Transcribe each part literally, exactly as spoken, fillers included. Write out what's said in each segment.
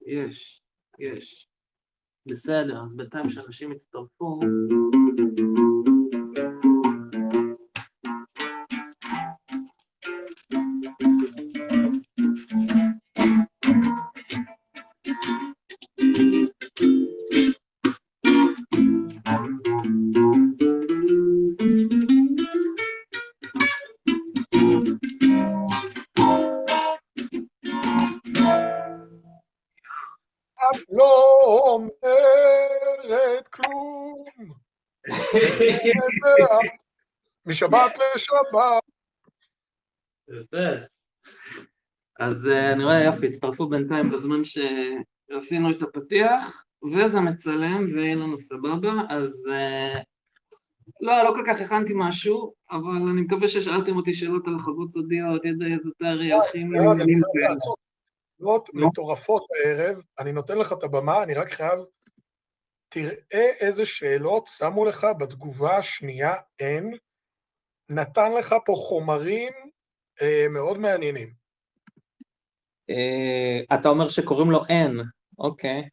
יש, יש. בסדר, אז בינתיים שאנשים יצטרפו. לא אומרת כלום, משבת לשבת. אז אני רואה יופי, הצטרפו בינתיים בזמן שעשינו את הפתיח, וזה מצלם ויהיה לנו סבבה, אז לא, לא כל כך הכנתי משהו, אבל אני מקווה ששאלתם אותי שאלות על חוות סודיות, ידע אזוטרי, על כימיה, עניינים כאלה. שאלות מטורפות הערב, אני נותן לך את הבמה, אני רק חייב, תראה איזה שאלות שמו לך בתגובה השנייה אין, נתן לך פה חומרים אה, מאוד מעניינים. אה, אתה אומר שקוראים לו אין, אוקיי.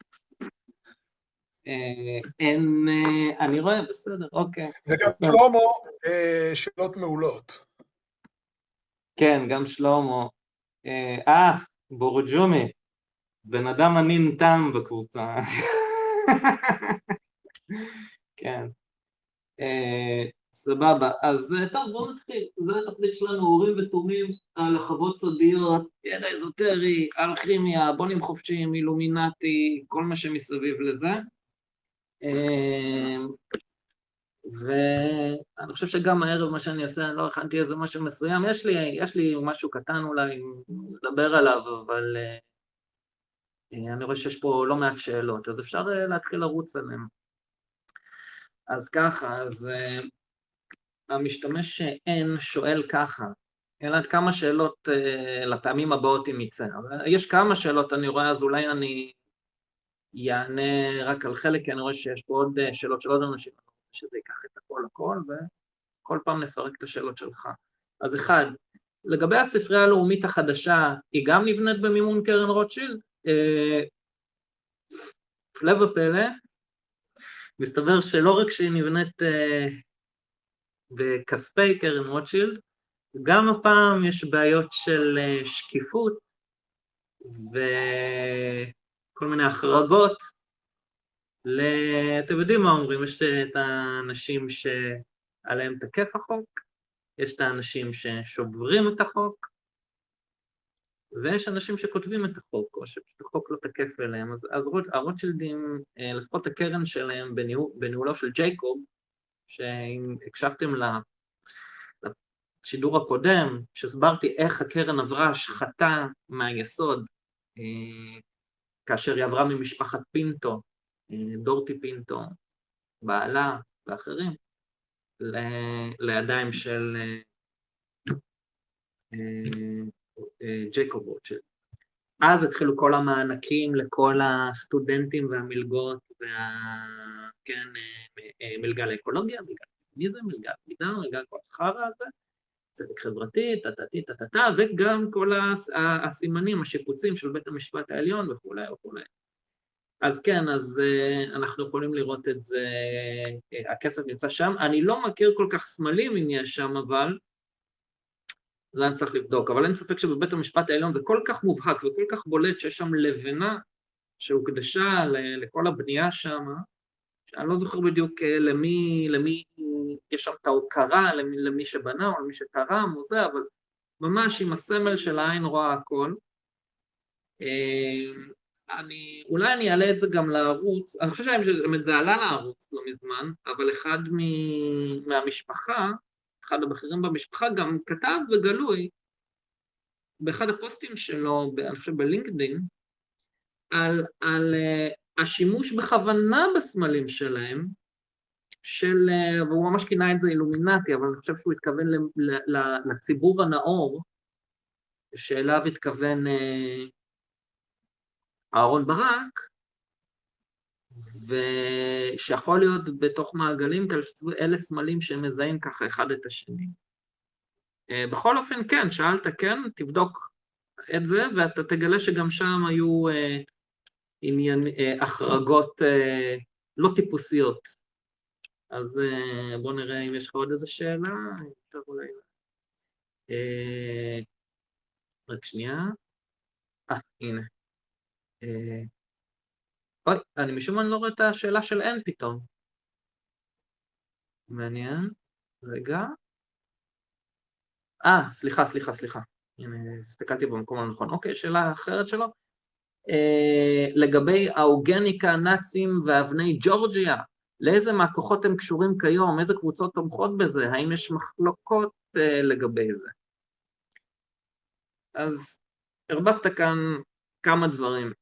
אה, אין, אה, אני רואה, בסדר, אוקיי. וגם בסדר. שלמה, אה, שאלות מעולות. כן, גם שלמה. אה, אה, בורג'ומי, בן אדם ענין תם בקבוצה. כן. אה, סבבה, אז טוב, בואו נתחיל. זו התוכנית שלנו, הורים ותומים על חוות סודיות, ידע אזוטרי, אלכימיה, בונים חופשיים, אילומינטי, כל מה שמסביב לזה. אה, ואני חושב שגם הערב מה שאני אעשה, אני לא הכנתי איזה משהו מסוים, יש לי, יש לי משהו קטן אולי לדבר עליו, אבל אה, אני רואה שיש פה לא מעט שאלות, אז אפשר אה, להתחיל לרוץ עליהם. אז ככה, אז אה, המשתמש אין שואל ככה, אלא עד כמה שאלות אה, לפעמים הבאות אם יצא. יש כמה שאלות אני רואה, אז אולי אני יענה רק על חלק, כי אני רואה שיש פה עוד אה, שאלות של עוד אנשים, שזה ייקח את הכל הכל, וכל פעם נפרק את השאלות שלך. אז אחד, לגבי הספרייה הלאומית החדשה, היא גם נבנית במימון קרן רוטשילד? אה, הפלא ופלא, מסתבר שלא רק שהיא נבנית אה, בכספי קרן רוטשילד, גם הפעם יש בעיות של אה, שקיפות וכל מיני החרגות. אתם יודעים מה אומרים, יש את האנשים שעליהם תקף החוק, יש את האנשים ששוברים את החוק, ויש אנשים שכותבים את החוק, או שהחוק לא תקף אליהם. אז, אז הרוטשילדים, לפחות הקרן שלהם בניהול, בניהולו של ג'ייקוב, שאם הקשבתם לשידור הקודם, שהסברתי איך הקרן עברה השחתה מהיסוד, כאשר היא עברה ממשפחת פינטו, דורטי פינטו, בעלה ואחרים, לידיים של ג'ייקוב רוטשילד. אז התחילו כל המענקים לכל הסטודנטים והמלגות, וכן, מלגה לאקולוגיה, מלגה לפמיניזם, מלגה למגדר, מלגה כל החרא הזה, צדק חברתי, טטטי, טטטה, וגם כל הסימנים, השיפוצים של בית המשפט העליון וכו' וכו'. אז כן, אז אנחנו יכולים לראות את זה, הכסף נמצא שם. אני לא מכיר כל כך סמלים אם יש שם, אבל זה אני צריך לבדוק, אבל אין ספק שבבית המשפט העליון זה כל כך מובהק וכל כך בולט שיש שם לבנה שהוקדשה לכל הבנייה שם, שאני לא זוכר בדיוק למי, למי יש שם את ההוקרה, למי, למי שבנה או למי שתרם או זה, אבל ממש עם הסמל של העין רואה הכל. אני, אולי אני אעלה את זה גם לערוץ, אני חושב שזה עלה לערוץ לא מזמן, אבל אחד מהמשפחה, אחד הבכירים במשפחה גם כתב בגלוי, באחד הפוסטים שלו, אני חושב בלינקדין, על, על uh, השימוש בכוונה בסמלים שלהם, של, uh, והוא ממש כינה את זה אילומינטי, אבל אני חושב שהוא התכוון ל, ל, לציבור הנאור, שאליו התכוון uh, אהרון ברק, ושיכול להיות בתוך מעגלים כאלה, אלה סמלים שמזהים ככה אחד את השני. Uh, בכל אופן, כן, שאלת כן, תבדוק את זה, ואתה תגלה שגם שם היו uh, עניין, החרגות לא טיפוסיות. אז בואו נראה אם יש לך עוד איזה שאלה. טוב, אולי... רק שנייה. אה, הנה. אוי, אני משום מה לא רואה את השאלה של N פתאום. מעניין. רגע. אה, סליחה, סליחה, סליחה. הנה, הסתכלתי במקום הנכון. אוקיי, שאלה אחרת שלו. לגבי האוגניקה, הנאצים ואבני ג'ורג'יה, לאיזה מהכוחות הם קשורים כיום? איזה קבוצות תומכות בזה? האם יש מחלוקות לגבי זה? אז הרבבת כאן כמה דברים.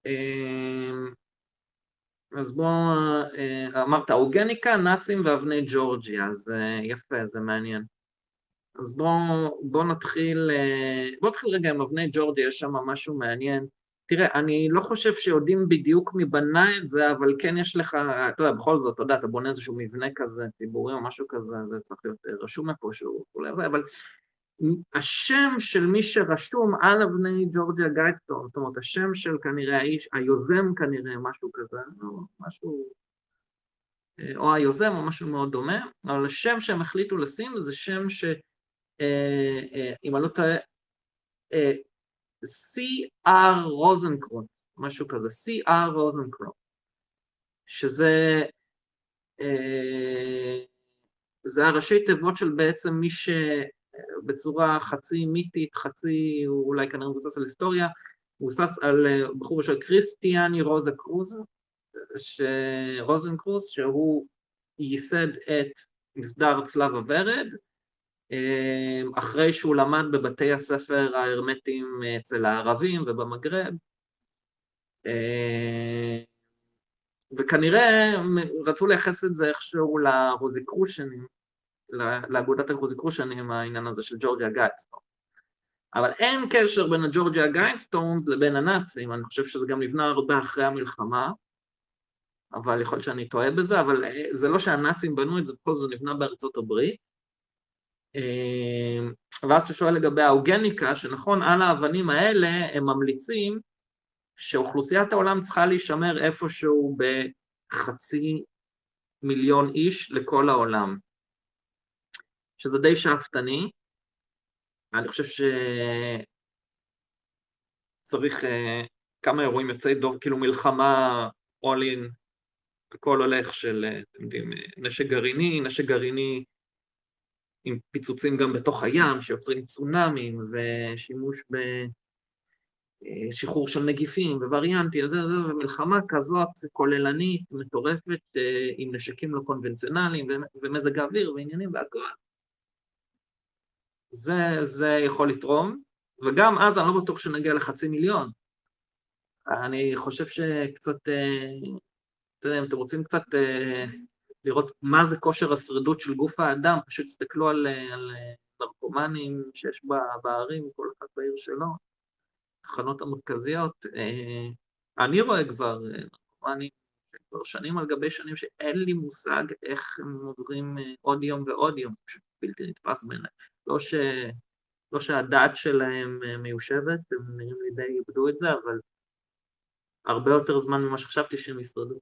אז בוא, אמרת, האוגניקה, נאצים ואבני ג'ורג'יה, זה יפה, זה מעניין. אז בוא, בוא נתחיל, בוא נתחיל רגע עם אבני ג'ורג'יה, יש שם משהו מעניין. תראה, אני לא חושב שיודעים בדיוק מי בנה את זה, אבל כן יש לך, אתה יודע, בכל זאת, אתה יודע, אתה בונה איזשהו מבנה כזה, ציבורי או משהו כזה, זה צריך להיות רשום איפשהו, אבל השם של מי שרשום על אבני ג'ורג'יה גיידסטון, זאת אומרת, השם של כנראה האיש, היוזם כנראה, משהו כזה, או משהו, או היוזם או משהו מאוד דומה, אבל השם שהם החליטו לשים זה שם ש, אם אני לא טועה, סי אר רוזנקרוט, משהו כזה, סי אר רוזנקרוט, שזה, זה הראשי תיבות של בעצם מי ש... בצורה חצי מיתית, חצי, אולי כנראה מבוסס על היסטוריה, מבוסס על בחור של קריסטיאני רוזנקרוז, רוזנקרוז, שהוא ייסד את מסדר צלב הוורד, אחרי שהוא למד בבתי הספר ההרמטיים אצל הערבים ובמגרב, וכנראה רצו לייחס את זה איכשהו לרוזיקרושנים, לאגודת הרוזיקרושנים, העניין הזה של ג'ורג'יה גיידסטון. אבל אין קשר בין הג'ורג'יה גיידסטון לבין הנאצים, אני חושב שזה גם נבנה הרבה אחרי המלחמה, אבל יכול להיות שאני טועה בזה, אבל זה לא שהנאצים בנו את זה, כל זה נבנה בארצות הברית. ואז ששואל לגבי האוגניקה, שנכון, על האבנים האלה הם ממליצים שאוכלוסיית העולם צריכה להישמר איפשהו בחצי מיליון איש לכל העולם. שזה די שאפתני, אני חושב שצריך uh, כמה אירועים יוצאי דור, כאילו מלחמה, all in, הכל הולך של, אתם יודעים, נשק גרעיני, נשק גרעיני עם פיצוצים גם בתוך הים, שיוצרים צונאמים, ושימוש בשחרור של נגיפים, ווריאנטי, אז זה, זה, ומלחמה כזאת כוללנית, מטורפת, עם נשקים לא קונבנציונליים, ומזג האוויר, ועניינים והכל. זה, זה יכול לתרום, וגם אז אני לא בטוח שנגיע לחצי מיליון. אני חושב שקצת, אתם יודעים, אתם רוצים קצת לראות מה זה כושר השרידות של גוף האדם, פשוט תסתכלו על, על נרקומנים שיש בערים, כל אחד בעיר שלו, תחנות המרכזיות. אני רואה כבר נרקומנים, כבר שנים על גבי שנים שאין לי מושג איך הם עוברים עוד יום ועוד יום, פשוט בלתי נתפס בעיניי. לא, ש... לא שהדעת שלהם מיושבת, הם נראים לי די איבדו את זה, אבל הרבה יותר זמן ממה שחשבתי שהם ישרדו.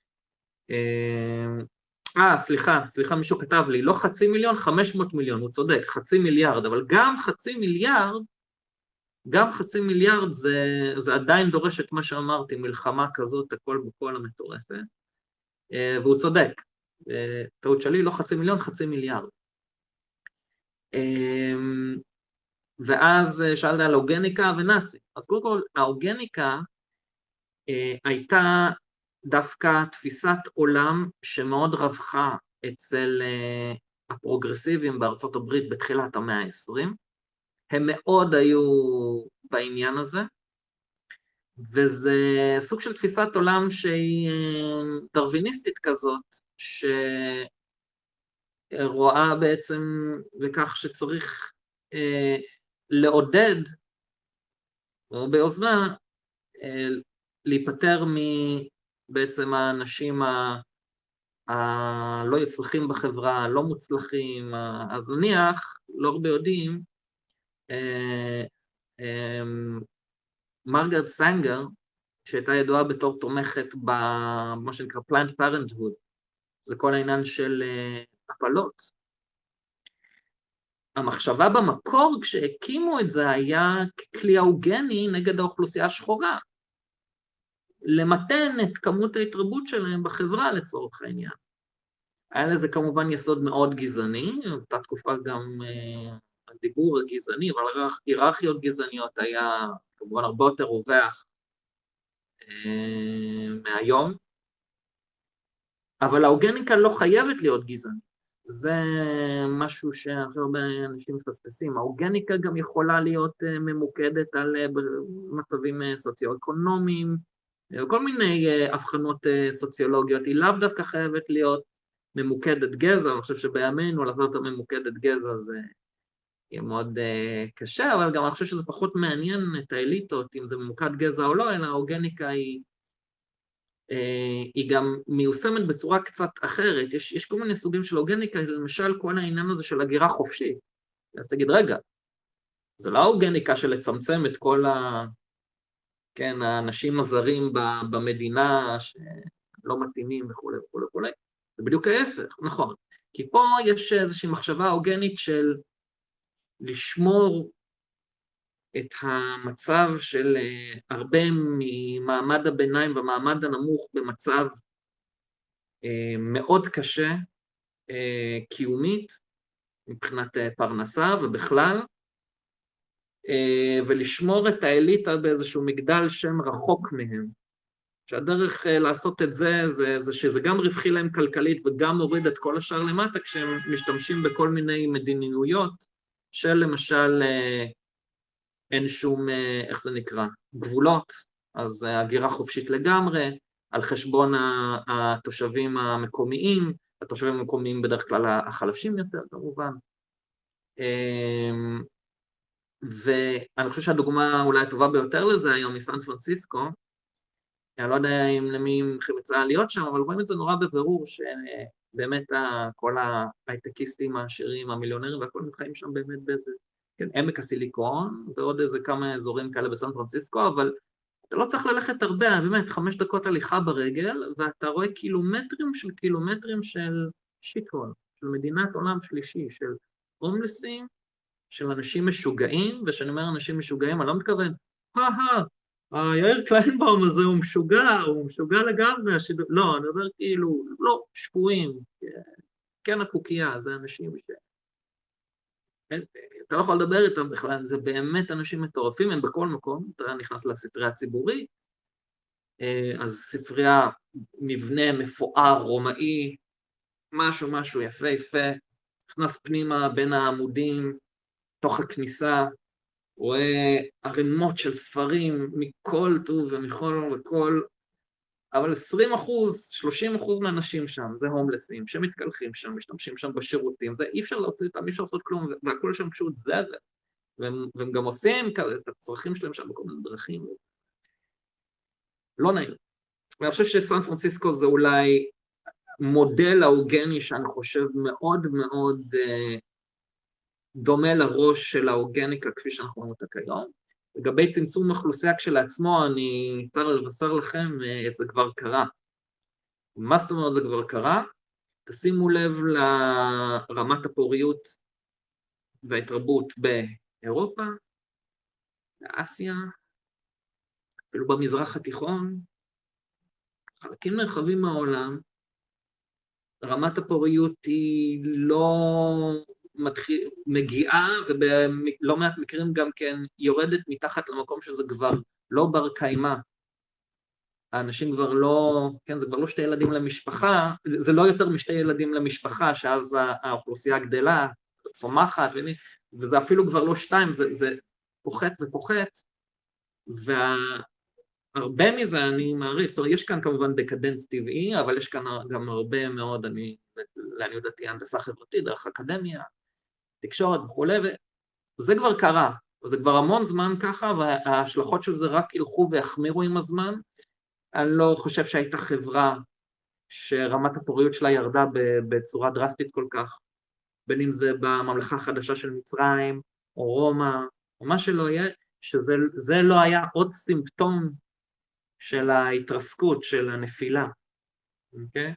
אה, סליחה, סליחה, מישהו כתב לי, לא חצי מיליון, חמש מאות מיליון, הוא צודק, חצי מיליארד, אבל גם חצי מיליארד, גם חצי מיליארד זה, זה עדיין דורש את מה שאמרתי, מלחמה כזאת, הכל בכל המטורפת, והוא צודק, טעות שלי, לא חצי מיליון, חצי מיליארד. ואז שאלת על אוגניקה ונאצים. אז קודם כל, האוגניקה הייתה דווקא תפיסת עולם שמאוד רווחה אצל הפרוגרסיבים בארצות הברית בתחילת המאה ה-עשרים. הם מאוד היו בעניין הזה, וזה סוג של תפיסת עולם שהיא דרוויניסטית כזאת, שרואה בעצם בכך שצריך אה, לעודד, או ביוזמה, אה, להיפטר מבעצם האנשים ה... הלא יצלחים בחברה, הלא מוצלחים, אז נניח, לא הרבה יודעים, אה, אה, מרגרט סנגר, שהייתה ידועה בתור תומכת במה שנקרא Planned Parenthood, זה כל העניין של הפלות. המחשבה במקור כשהקימו את זה היה כלי האוגני נגד האוכלוסייה השחורה, למתן את כמות ההתרבות שלהם בחברה לצורך העניין. היה לזה כמובן יסוד מאוד גזעני, באותה תקופה גם הדיבור הגזעני, אבל היררכיות גזעניות היה כמובן הרבה יותר רווח מהיום, אבל האוגניקה לא חייבת להיות גזענית. זה משהו שהרבה אנשים מפספסים. האוגניקה גם יכולה להיות ממוקדת על מצבים סוציו-אקונומיים, כל מיני הבחנות סוציולוגיות. היא לאו דווקא חייבת להיות ממוקדת גזע, אני חושב שבימינו לעשות את ממוקדת גזע זה יהיה מאוד קשה, אבל גם אני חושב שזה פחות מעניין את האליטות, אם זה ממוקד גזע או לא, אלא האוגניקה היא היא גם מיושמת בצורה קצת אחרת. יש, יש כל מיני סוגים של אוגניקה, למשל כל העניין הזה של הגירה חופשית. אז תגיד, רגע, זה לא האוגניקה של לצמצם את כל ה... כן, האנשים הזרים במדינה שלא מתאימים וכו' וכו' וכו'. זה בדיוק ההפך, נכון. כי פה יש איזושהי מחשבה אוגנית של לשמור את המצב של הרבה ממעמד הביניים והמעמד הנמוך במצב מאוד קשה, קיומית, מבחינת פרנסה ובכלל, ולשמור את האליטה באיזשהו מגדל שם רחוק מהם. שהדרך לעשות את זה, זה, זה שזה גם רווחי להם כלכלית וגם מוריד את כל השאר למטה, כשהם משתמשים בכל מיני מדיניות של למשל אין שום, איך זה נקרא, גבולות, אז הגירה חופשית לגמרי, על חשבון התושבים המקומיים, התושבים המקומיים בדרך כלל החלשים יותר כמובן. ואני חושב שהדוגמה אולי הטובה ביותר לזה היום מסן פרנסיסקו, אני לא יודע אם למי מכם יצא להיות שם, אבל רואים את זה נורא בבירור, שבאמת כל ההייטקיסטים העשירים, המיליונרים והכל מתחיים שם באמת באיזה, כן, עמק הסיליקון, ועוד איזה כמה אזורים כאלה בסן פרנסיסקו, אבל אתה לא צריך ללכת הרבה, באמת, חמש דקות הליכה ברגל, ואתה רואה קילומטרים של קילומטרים של שיטהול, של מדינת עולם שלישי, של הומלסים, של אנשים משוגעים, ושאני אומר אנשים משוגעים, אני לא מתכוון, הא, יאיר קליינבאום הזה הוא משוגע, הוא משוגע לגמרי, לא, אני אומר כאילו, לא, שבויים, כן הקוקייה, זה אנשים ש... אתה לא יכול לדבר איתם בכלל, זה באמת אנשים מטורפים, הם בכל מקום, אתה נכנס לספרייה הציבורית, אז ספרייה, מבנה מפואר, רומאי, משהו משהו יפה יפה, נכנס פנימה בין העמודים, תוך הכניסה, רואה ערימות של ספרים מכל טוב ומכל וכל, אבל עשרים אחוז, שלושים אחוז מהאנשים שם, זה הומלסים, שמתקלחים שם, משתמשים שם בשירותים, ואי אפשר להוציא אותם, אי אפשר לעשות כלום, והכל שם פשוט זה זה, והם, והם גם עושים את הצרכים שלהם שם בכל מיני דרכים, לא נעים. ואני חושב שסן פרנסיסקו זה אולי מודל ההוגני שאני חושב מאוד מאוד uh, דומה לראש של ההוגניקה כפי שאנחנו רואים אותה כיום. לגבי צמצום אוכלוסייה כשלעצמו, אני אפשר לבשר לכם, את זה כבר קרה. מה זאת אומרת זה כבר קרה? תשימו לב לרמת הפוריות וההתרבות באירופה, באסיה, אפילו במזרח התיכון, חלקים נרחבים מהעולם, רמת הפוריות היא לא מתחיל, מגיעה, ובלא מעט מקרים גם כן יורדת מתחת למקום שזה כבר לא בר קיימא. האנשים כבר לא, כן, זה כבר לא שתי ילדים למשפחה, זה לא יותר משתי ילדים למשפחה, שאז האוכלוסייה גדלה, צומחת, וזה אפילו כבר לא שתיים, זה, זה פוחת ופוחת, והרבה מזה אני מעריך, זאת אומרת, יש כאן כמובן דקדנס טבעי, אבל יש כאן גם הרבה מאוד, אני, לעניות דעתי, הנדסה חברתית, דרך אקדמיה, תקשורת וכו', וזה כבר קרה, וזה כבר המון זמן ככה, וההשלכות של זה רק ילכו ויחמירו עם הזמן. אני לא חושב שהייתה חברה שרמת הפוריות שלה ירדה בצורה דרסטית כל כך, בין אם זה בממלכה החדשה של מצרים, או רומא, או מה שלא יהיה, שזה לא היה עוד סימפטום של ההתרסקות, של הנפילה, אוקיי?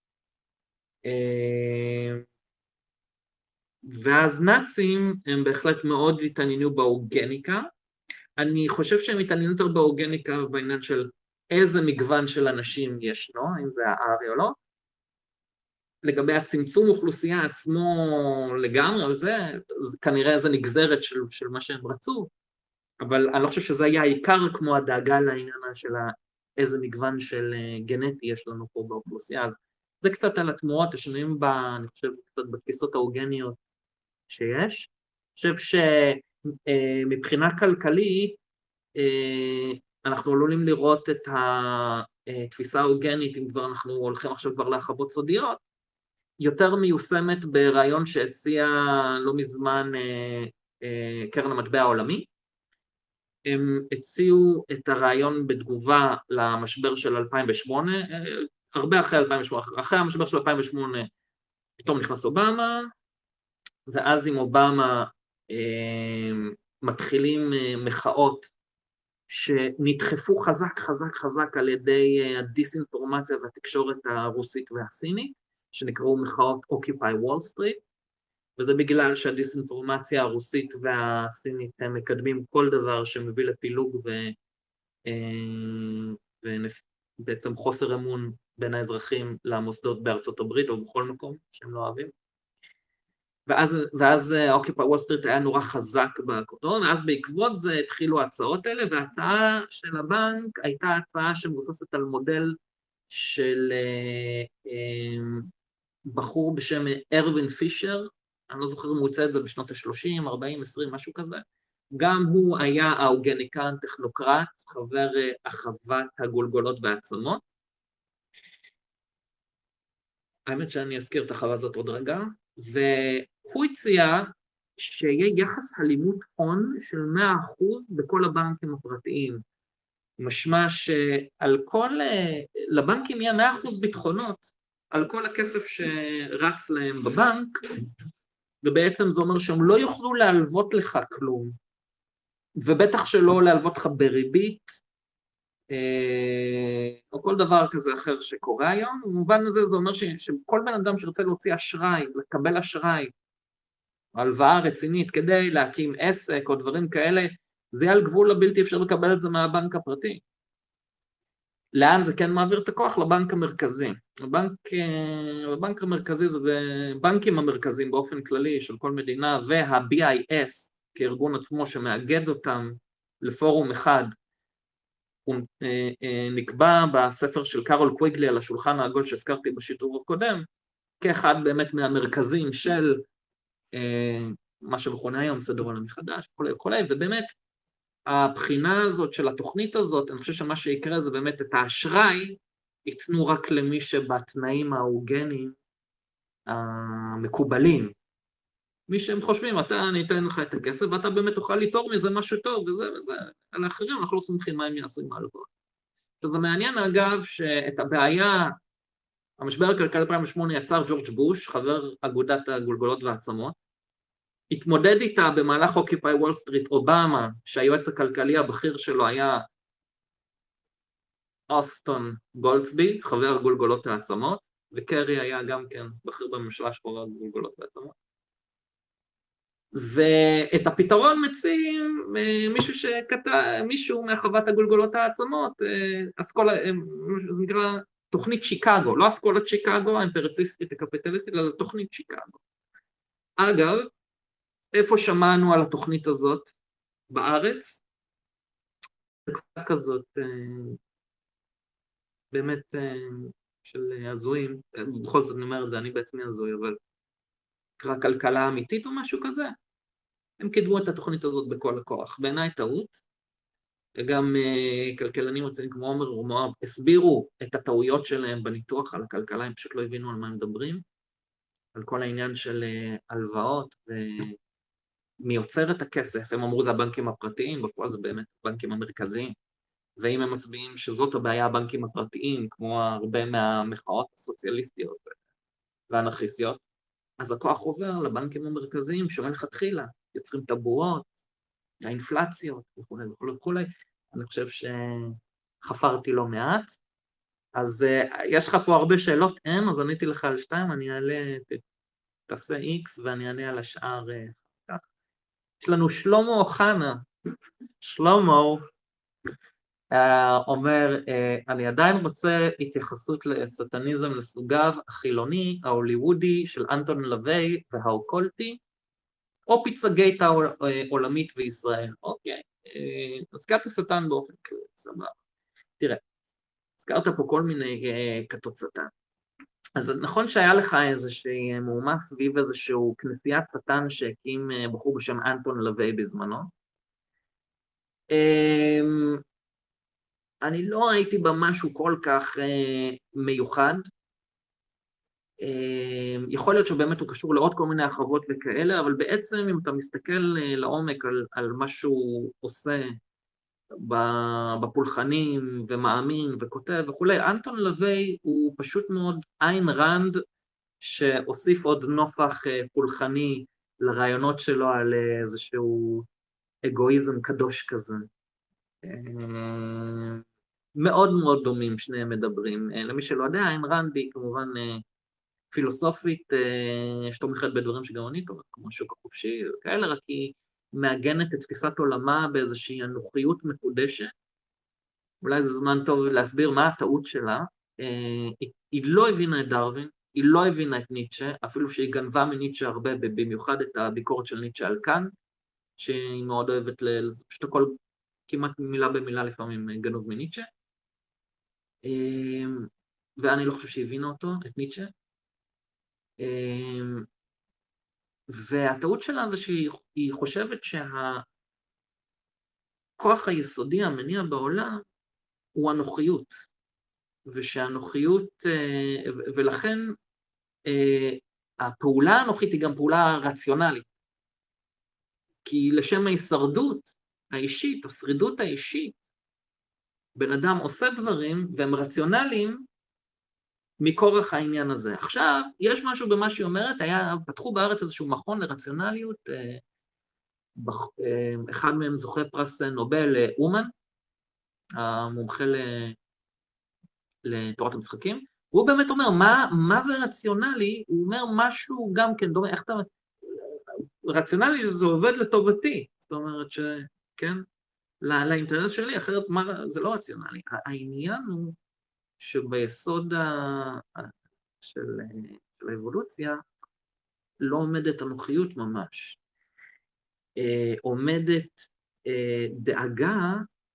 ואז נאצים הם בהחלט מאוד התעניינו באורגניקה. אני חושב שהם התעניינו יותר באורגניקה בעניין של איזה מגוון של אנשים ישנו, אם זה הארי או לא. לגבי הצמצום אוכלוסייה עצמו לגמרי, זה, זה כנראה איזה נגזרת של, של מה שהם רצו, אבל אני לא חושב שזה היה העיקר כמו הדאגה לעניין של איזה מגוון של גנטי יש לנו פה באוכלוסייה. אז זה קצת על התמורות, השינויים ב, אני חושב, קצת בתפיסות האורגניות שיש. אני חושב שמבחינה כלכלית, אנחנו עלולים לראות את התפיסה האורגנית, אם כבר אנחנו הולכים עכשיו כבר להרחבות סודיות, יותר מיושמת ברעיון שהציע לא מזמן קרן המטבע העולמי. הם הציעו את הרעיון בתגובה למשבר של אלפיים ושמונה, הרבה אחרי אלפיים ושמונה, אחרי המשבר של אלפיים ושמונה פתאום נכנס אובמה, ואז עם אובמה מתחילים מחאות שנדחפו חזק חזק חזק על ידי הדיסאינפורמציה והתקשורת הרוסית והסינית, שנקראו מחאות Occupy Wall Street, וזה בגלל שהדיסאינפורמציה הרוסית והסינית הם מקדמים כל דבר שמביא לפילוג ו... ובעצם חוסר אמון בין האזרחים למוסדות בארצות הברית או בכל מקום שהם לא אוהבים. ואז, ואז Occupy Wall Street היה נורא חזק בכותרות, ואז בעקבות זה התחילו ההצעות האלה, וההצעה של הבנק הייתה הצעה שמבוססת על מודל של בחור בשם ארווין פישר, אני לא זוכר אם הוא יוצא את זה בשנות ה-שלושים, ארבעים, עשרים, משהו כזה. גם הוא היה האורגניקן, טכנוקרט, חבר החוות הגולגולות והעצמות. האמת שאני אזכיר את החווה הזאת עוד רגע. והוא הציע שיהיה יחס הלימות הון של מאה אחוז בכל הבנקים הפרטיים. משמע שעל כל, לבנקים יהיה מאה אחוז ביטחונות, על כל הכסף שרץ להם בבנק, ובעצם זה אומר שהם לא יוכלו להלוות לך כלום, ובטח שלא להלוות לך בריבית, או כל דבר כזה אחר שקורה היום. במובן הזה זה אומר שכל בן אדם שרצה להוציא אשראי, לקבל אשראי, הלוואה רצינית כדי להקים עסק או דברים כאלה, זה יהיה על גבול הבלתי אפשר לקבל את זה מהבנק הפרטי. לאן זה כן מעביר את הכוח? לבנק המרכזי. הבנק, הבנק המרכזי זה בנקים המרכזיים באופן כללי של כל מדינה, וה-בי איי אס כארגון עצמו שמאגד אותם לפורום אחד, הוא נקבע בספר של קארול קוויגלי על השולחן העגול שהזכרתי בשיטור הקודם, כאחד באמת מהמרכזים של מה שמכונה היום סדר עולם מחדש, וכולי וכולי, ובאמת הבחינה הזאת של התוכנית הזאת, אני חושב שמה שיקרה זה באמת את האשראי, ייתנו רק למי שבתנאים ההוגנים המקובלים. מי שהם חושבים, אתה, אני אתן לך את הכסף, ואתה באמת תוכל ליצור מזה משהו טוב, וזה וזה. על האחרים אנחנו לא סומכים מה הם יעשו עם ההלוואות. וזה מעניין אגב, שאת הבעיה, המשבר הכלכלי אלפיים ושמונה יצר ג'ורג' בוש, חבר אגודת הגולגולות והעצמות, התמודד איתה במהלך Occupy Wall Street אובמה, שהיועץ הכלכלי הבכיר שלו היה אוסטון גולדסבי, חבר גולגולות העצמות, וקרי היה גם כן בכיר בממשלה שחובר גולגולות והעצמות. ואת הפתרון מציעים מישהו שכתב, מישהו מהחוות הגולגולות העצמות, אסכולה, זה נקרא תוכנית שיקגו, לא אסכולת שיקגו, האימפריציסטית הקפיטליסטית, אלא תוכנית שיקגו. אגב, איפה שמענו על התוכנית הזאת בארץ? כזאת, באמת של הזויים, בכל זאת אני אומר את זה, אני בעצמי הזוי, אבל נקרא כלכלה אמיתית או משהו כזה. הם קידמו את התוכנית הזאת בכל הכוח. בעיניי טעות, וגם כלכלנים רציניים כמו עומר ומואב הסבירו את הטעויות שלהם בניתוח על הכלכלה, הם פשוט לא הבינו על מה הם מדברים, על כל העניין של הלוואות ומי יוצר את הכסף. הם אמרו זה הבנקים הפרטיים, בפועל זה באמת הבנקים המרכזיים, ואם הם מצביעים שזאת הבעיה הבנקים הפרטיים, כמו הרבה מהמחאות הסוציאליסטיות והאנרכיסטיות, אז הכוח עובר לבנקים המרכזיים שמלכתחילה יוצרים טבועות, האינפלציות וכו' וכו' וכו'. אני חושב חפרתי לא מעט, אז uh, יש לך פה הרבה שאלות, אין, אז עניתי לך על שתיים, אני אעלה, ת, תעשה X ואני אענה על השאר uh, כך. יש לנו שלמה אוחנה, שלמה, uh, אומר, uh, אני עדיין רוצה התייחסות לסטניזם לסוגיו החילוני, ההוליוודי של אנטון לווי והאוקולטי, או פיצה גייט העולמית וישראל. אוקיי, uh, הזכרת השטן באופן כלל, סבבה. תראה, הזכרת פה כל מיני uh, כתות שטן. אז נכון שהיה לך איזושהי מהומה סביב איזשהו כנסיית שטן שהקים uh, בחור בשם אנטון לווי בזמנו. Um, אני לא ראיתי בה משהו כל כך uh, מיוחד. Uh, יכול להיות שבאמת הוא קשור לעוד כל מיני הרחבות וכאלה, אבל בעצם אם אתה מסתכל uh, לעומק על, על מה שהוא עושה, בפולחנים ומאמין וכותב וכולי, אנטון לווי הוא פשוט מאוד איין רנד שהוסיף עוד נופח פולחני לרעיונות שלו על איזשהו אגואיזם קדוש כזה. מאוד מאוד דומים שניהם מדברים. למי שלא יודע, איין רנד היא כמובן פילוסופית שתומכת בדברים שגם אני תומכת, כמו שוק החופשי וכאלה, רק היא מעגנת את תפיסת עולמה באיזושהי אנוכיות מקודשת. אולי זה זמן טוב להסביר מה הטעות שלה. היא, היא לא הבינה את דרווין, היא לא הבינה את ניטשה, אפילו שהיא גנבה מניטשה הרבה, במיוחד את הביקורת של ניטשה על קאנט, שהיא מאוד אוהבת, זה פשוט הכל כמעט מילה במילה לפעמים גנוב מניטשה. ואני לא חושב שהיא הבינה אותו, את ניטשה. והטעות שלה זה שהיא חושבת שהכוח היסודי המניע בעולם הוא הנוחיות, ושהנוחיות, ולכן הפעולה הנוחית היא גם פעולה רציונלית, כי לשם ההישרדות האישית, השרידות האישית, בן אדם עושה דברים והם רציונליים, מכורח העניין הזה. עכשיו, יש משהו במה שהיא אומרת, היה, פתחו בארץ איזשהו מכון לרציונליות, אחד מהם זוכה פרס נובל, אומן, המומחה לתורת המשחקים, הוא באמת אומר, מה, מה זה רציונלי? הוא אומר משהו גם כן, דומה, איך אתה... רציונלי זה עובד לטובתי, זאת אומרת ש... כן? לאינטרס שלי, אחרת מה, זה לא רציונלי. העניין הוא שביסוד של האבולוציה לא עומדת הנוחיות ממש. עומדת דאגה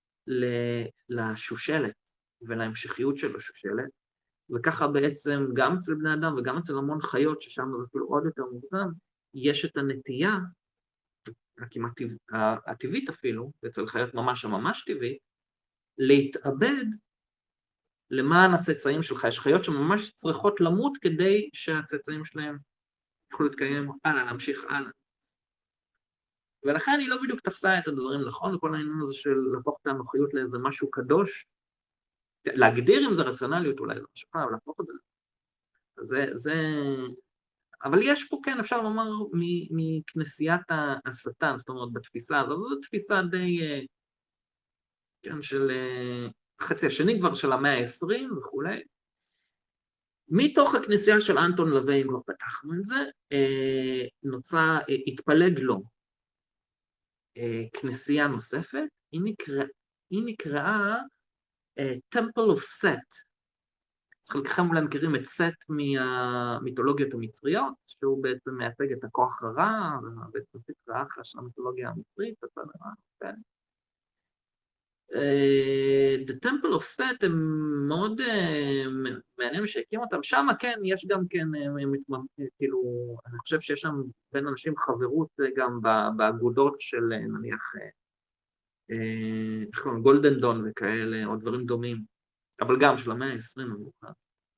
לשושלת ולהמשכיות של השושלת, וככה בעצם גם אצל בני אדם וגם אצל המון חיות, ששם זה אפילו עוד יותר מוגזם, יש את הנטייה, הכמעט הטבעית אפילו, ואצל חיות ממש הממש טבעית, להתאבד למען הצאצאים שלך. יש חיות שממש צריכות למות כדי שהצאצאים שלהם יוכלו להתקיים הלאה, להמשיך הלאה. ולכן היא לא בדיוק תפסה את הדברים נכון, וכל העניין הזה של להפוך את הנוחיות לאיזה משהו קדוש, להגדיר אם זה רציונליות אולי, זה משהו פעם, להפוך את זה. זה, זה... אבל יש פה, כן, אפשר לומר, מכנסיית השטן, זאת אומרת, בתפיסה הזאת, זו תפיסה די, כן, של חצי השני כבר של המאה ה-עשרים וכולי. מתוך הכנסייה של אנטון לווי, אם לא פתחנו את זה, נוצרה, התפלג לו כנסייה נוספת, היא נקרא, היא נקראה Temple of Set. אז חלקכם אולי מכירים את סט מהמיתולוגיות המצריות, שהוא בעצם מייצג את הכוח הרע, ובעצם ספר האחר של המיתולוגיה המצרית, הצד הרע, כן. The Temple of Set הם מאוד מעניינים שהקים אותם, שם כן, יש גם כן, כאילו, אני חושב שיש שם בין אנשים חברות גם באגודות של נניח, גולדן דון וכאלה, או דברים דומים, אבל גם של המאה ה-עשרים המאוחר.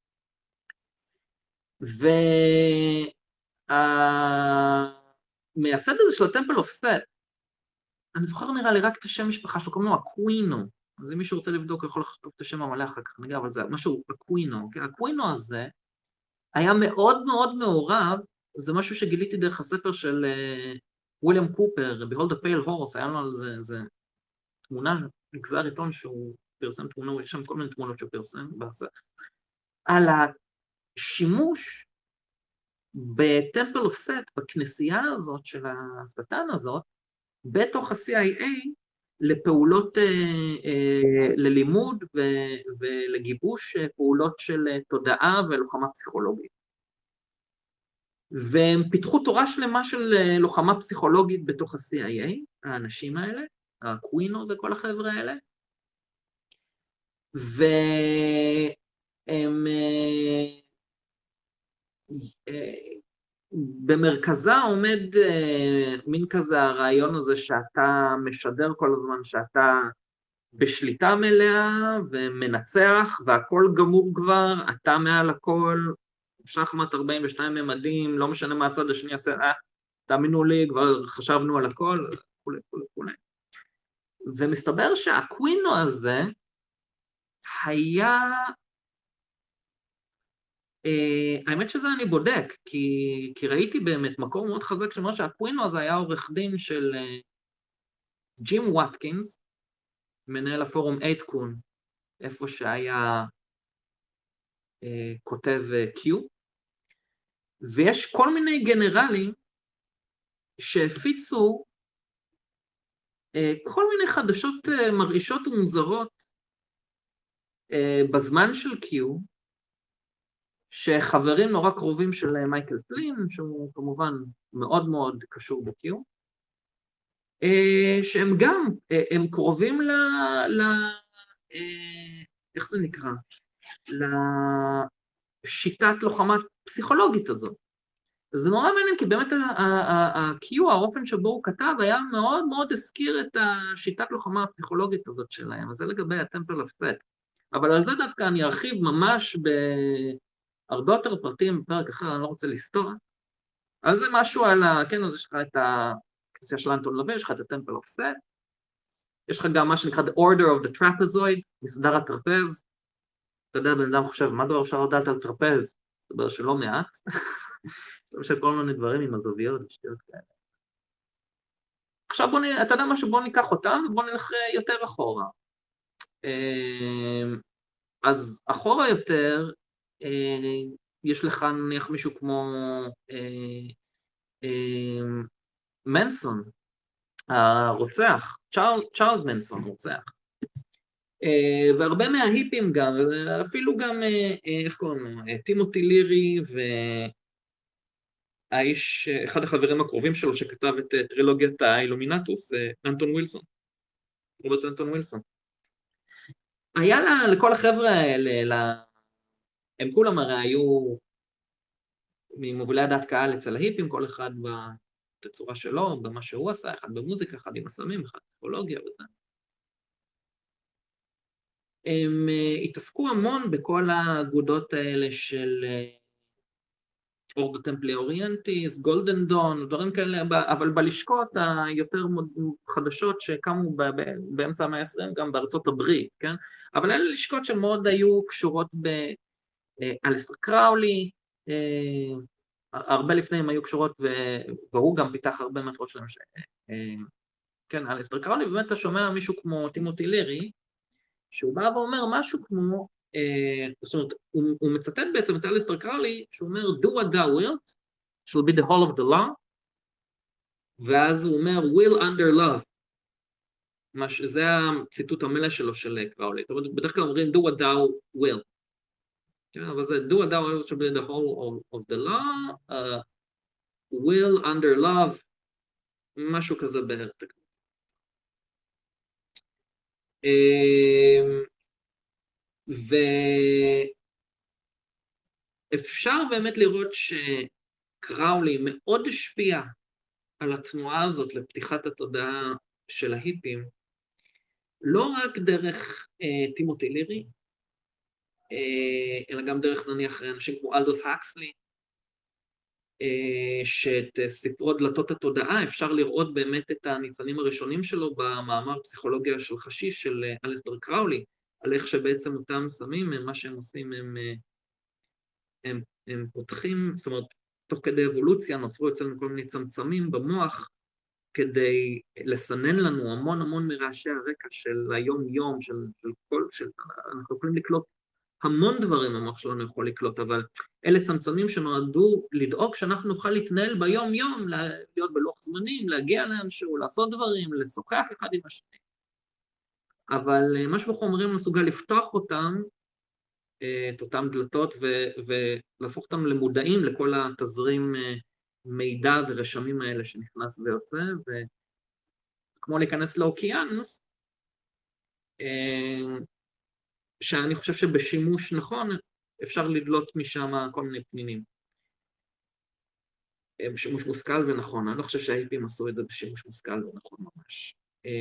והמייסד הזה של הטמפל אוף סט, אני זוכר נראה לי רק את השם משפחה שלו, קוראים לו אקווינו, אז אם מישהו רוצה לבדוק, יכול לכתוב את השם המלא אחר כך, נגיד, אבל זה משהו, אקווינו, כן? אקווינו הזה היה מאוד מאוד מעורב, זה משהו שגיליתי דרך הספר של וויליאם קופר, Behold the Pale Horse, היה לו על זה, זה תמונה, נגזר עיתון שהוא פרסם תמונות, יש שם כל מיני תמונות שפרסם, על השימוש בטמפל אוף סט, בכנסייה הזאת של השטן הזאת, בתוך ה-סי איי איי, לפעולות, ללימוד ולגיבוש פעולות של תודעה ולוחמה פסיכולוגית. והם פיתחו תורה שלמה של לוחמה פסיכולוגית בתוך ה-סי איי איי, האנשים האלה, הקווינו וכל החבר'ה האלה, והם במרכזה עומד מין כזה הרעיון הזה שאתה משדר כל הזמן שאתה בשליטה מלאה ומנצח והכל גמור כבר, אתה מעל הכל, שחמט ארבעים ושתיים ממדים, לא משנה מה הצד השני יעשה, אה, תאמינו לי, כבר חשבנו על הכל, כולי כולי כולי. ומסתבר שהקווינו הזה היה, Uh, האמת שזה אני בודק, כי, כי ראיתי באמת מקור מאוד חזק שאומר שהקווינו הזה היה עורך דין של uh, ג'ים וואטקינס, מנהל הפורום אייטקון, איפה שהיה uh, כותב uh, Q, ויש כל מיני גנרלים שהפיצו uh, כל מיני חדשות uh, מרעישות ומוזרות uh, בזמן של Q, שחברים נורא קרובים של מייקל פלין, שהוא כמובן מאוד מאוד קשור ב-Q, שהם גם, הם קרובים ל... ל איך זה נקרא? לשיטת לוחמה פסיכולוגית הזאת. זה נורא מעניין, כי באמת ה-Q, האופן שבו הוא כתב, היה מאוד מאוד הזכיר את השיטת לוחמה הפסיכולוגית הזאת שלהם, אז זה לגבי הטמפל אוף סט. אבל על זה דווקא אני ארחיב ממש ב... הרבה יותר פרטים בפרק אחר, אני לא רוצה לסתור. אז זה משהו על ה... כן, אז יש לך את הכנסייה של אנטון לוי, יש לך את הטמפל אוף סט, יש לך גם מה שנקרא The Order of the Trapezoid, מסדר הטרפז. אתה יודע, בן אדם חושב, מה דבר אפשר לדעת על טרפז? זאת אומרת שלא מעט. יש כל מיני דברים עם הזוויות ושטויות כאלה. עכשיו בוא נ... אתה יודע משהו, בוא ניקח אותם ובוא נלך יותר אחורה. אז אחורה יותר, יש לך נניח מישהו כמו מנסון, הרוצח, צ'ארלס מנסון רוצח, והרבה מההיפים גם, אפילו גם, איך קוראים לו, טימותי לירי, והאיש, אחד החברים הקרובים שלו שכתב את טרילוגיית האילומינטוס, אנטון ווילסון, רוברט אנטון ווילסון. היה לה, לכל החבר'ה האלה, הם כולם הרי היו ממובילי דעת קהל אצל ההיפים, כל אחד בתצורה שלו, במה שהוא עשה, אחד במוזיקה, אחד עם הסמים, אחד בפסיכולוגיה וזה. הם התעסקו המון בכל האגודות האלה של אורדו טמפלי אוריינטיס, גולדן דון, דברים כאלה, אבל בלשכות היותר חדשות שקמו באמצע המאה ה-עשרים, גם בארצות הברית, כן? אבל אלה לשכות שמאוד היו קשורות ב... אליסטר קראולי, הרבה לפני הם היו קשורות, והוא גם פיתח הרבה מהתורות שלהם, כן, אליסטר קראולי, ובאמת אתה שומע מישהו כמו טימותי לירי, שהוא בא ואומר משהו כמו, זאת אומרת, הוא מצטט בעצם את אליסטר קראולי, שהוא אומר, do what thou wilt, shall be the whole of the law, ואז הוא אומר, will under love, זה הציטוט המלא שלו של קראולי, בדרך כלל אומרים, do what thou will, אבל זה do what thou wilt shall be the whole of, of the law, uh, will under love, משהו כזה בהרתק. ואפשר באמת לראות שקראולי מאוד השפיע על התנועה הזאת לפתיחת התודעה של ההיפים, לא רק דרך uh, טימותי לירי, אלא גם דרך נניח אנשים כמו אלדוס הקסלי, שאת סיפור דלתות התודעה אפשר לראות באמת את הניצנים הראשונים שלו במאמר פסיכולוגיה של חשיש של אליסטר קראולי, על איך שבעצם אותם סמים, מה שהם עושים, הם, הם, הם פותחים, זאת אומרת, תוך כדי אבולוציה נוצרו אצלנו כל מיני צמצמים במוח, כדי לסנן לנו המון המון מרעשי הרקע של היום-יום, של, של כל, של, אנחנו יכולים לקלוט המון דברים המוח שלנו יכול לקלוט, אבל אלה צמצמים שנועדו לדאוג שאנחנו נוכל להתנהל ביום-יום, להיות בלוח זמנים, להגיע לאנשהו, לעשות דברים, לשוחח אחד עם השני. אבל משהו בחומרים מסוגל לפתוח אותם, את אותם דלתות, ולהפוך אותם למודעים לכל התזרים מידע ורשמים האלה שנכנס ויוצא, וכמו להיכנס לאוקיינוס, שאני חושב שבשימוש נכון אפשר לדלות משם כל מיני פנינים. בשימוש מושכל ונכון, אני לא חושב שההיפים עשו את זה בשימוש מושכל ונכון ממש.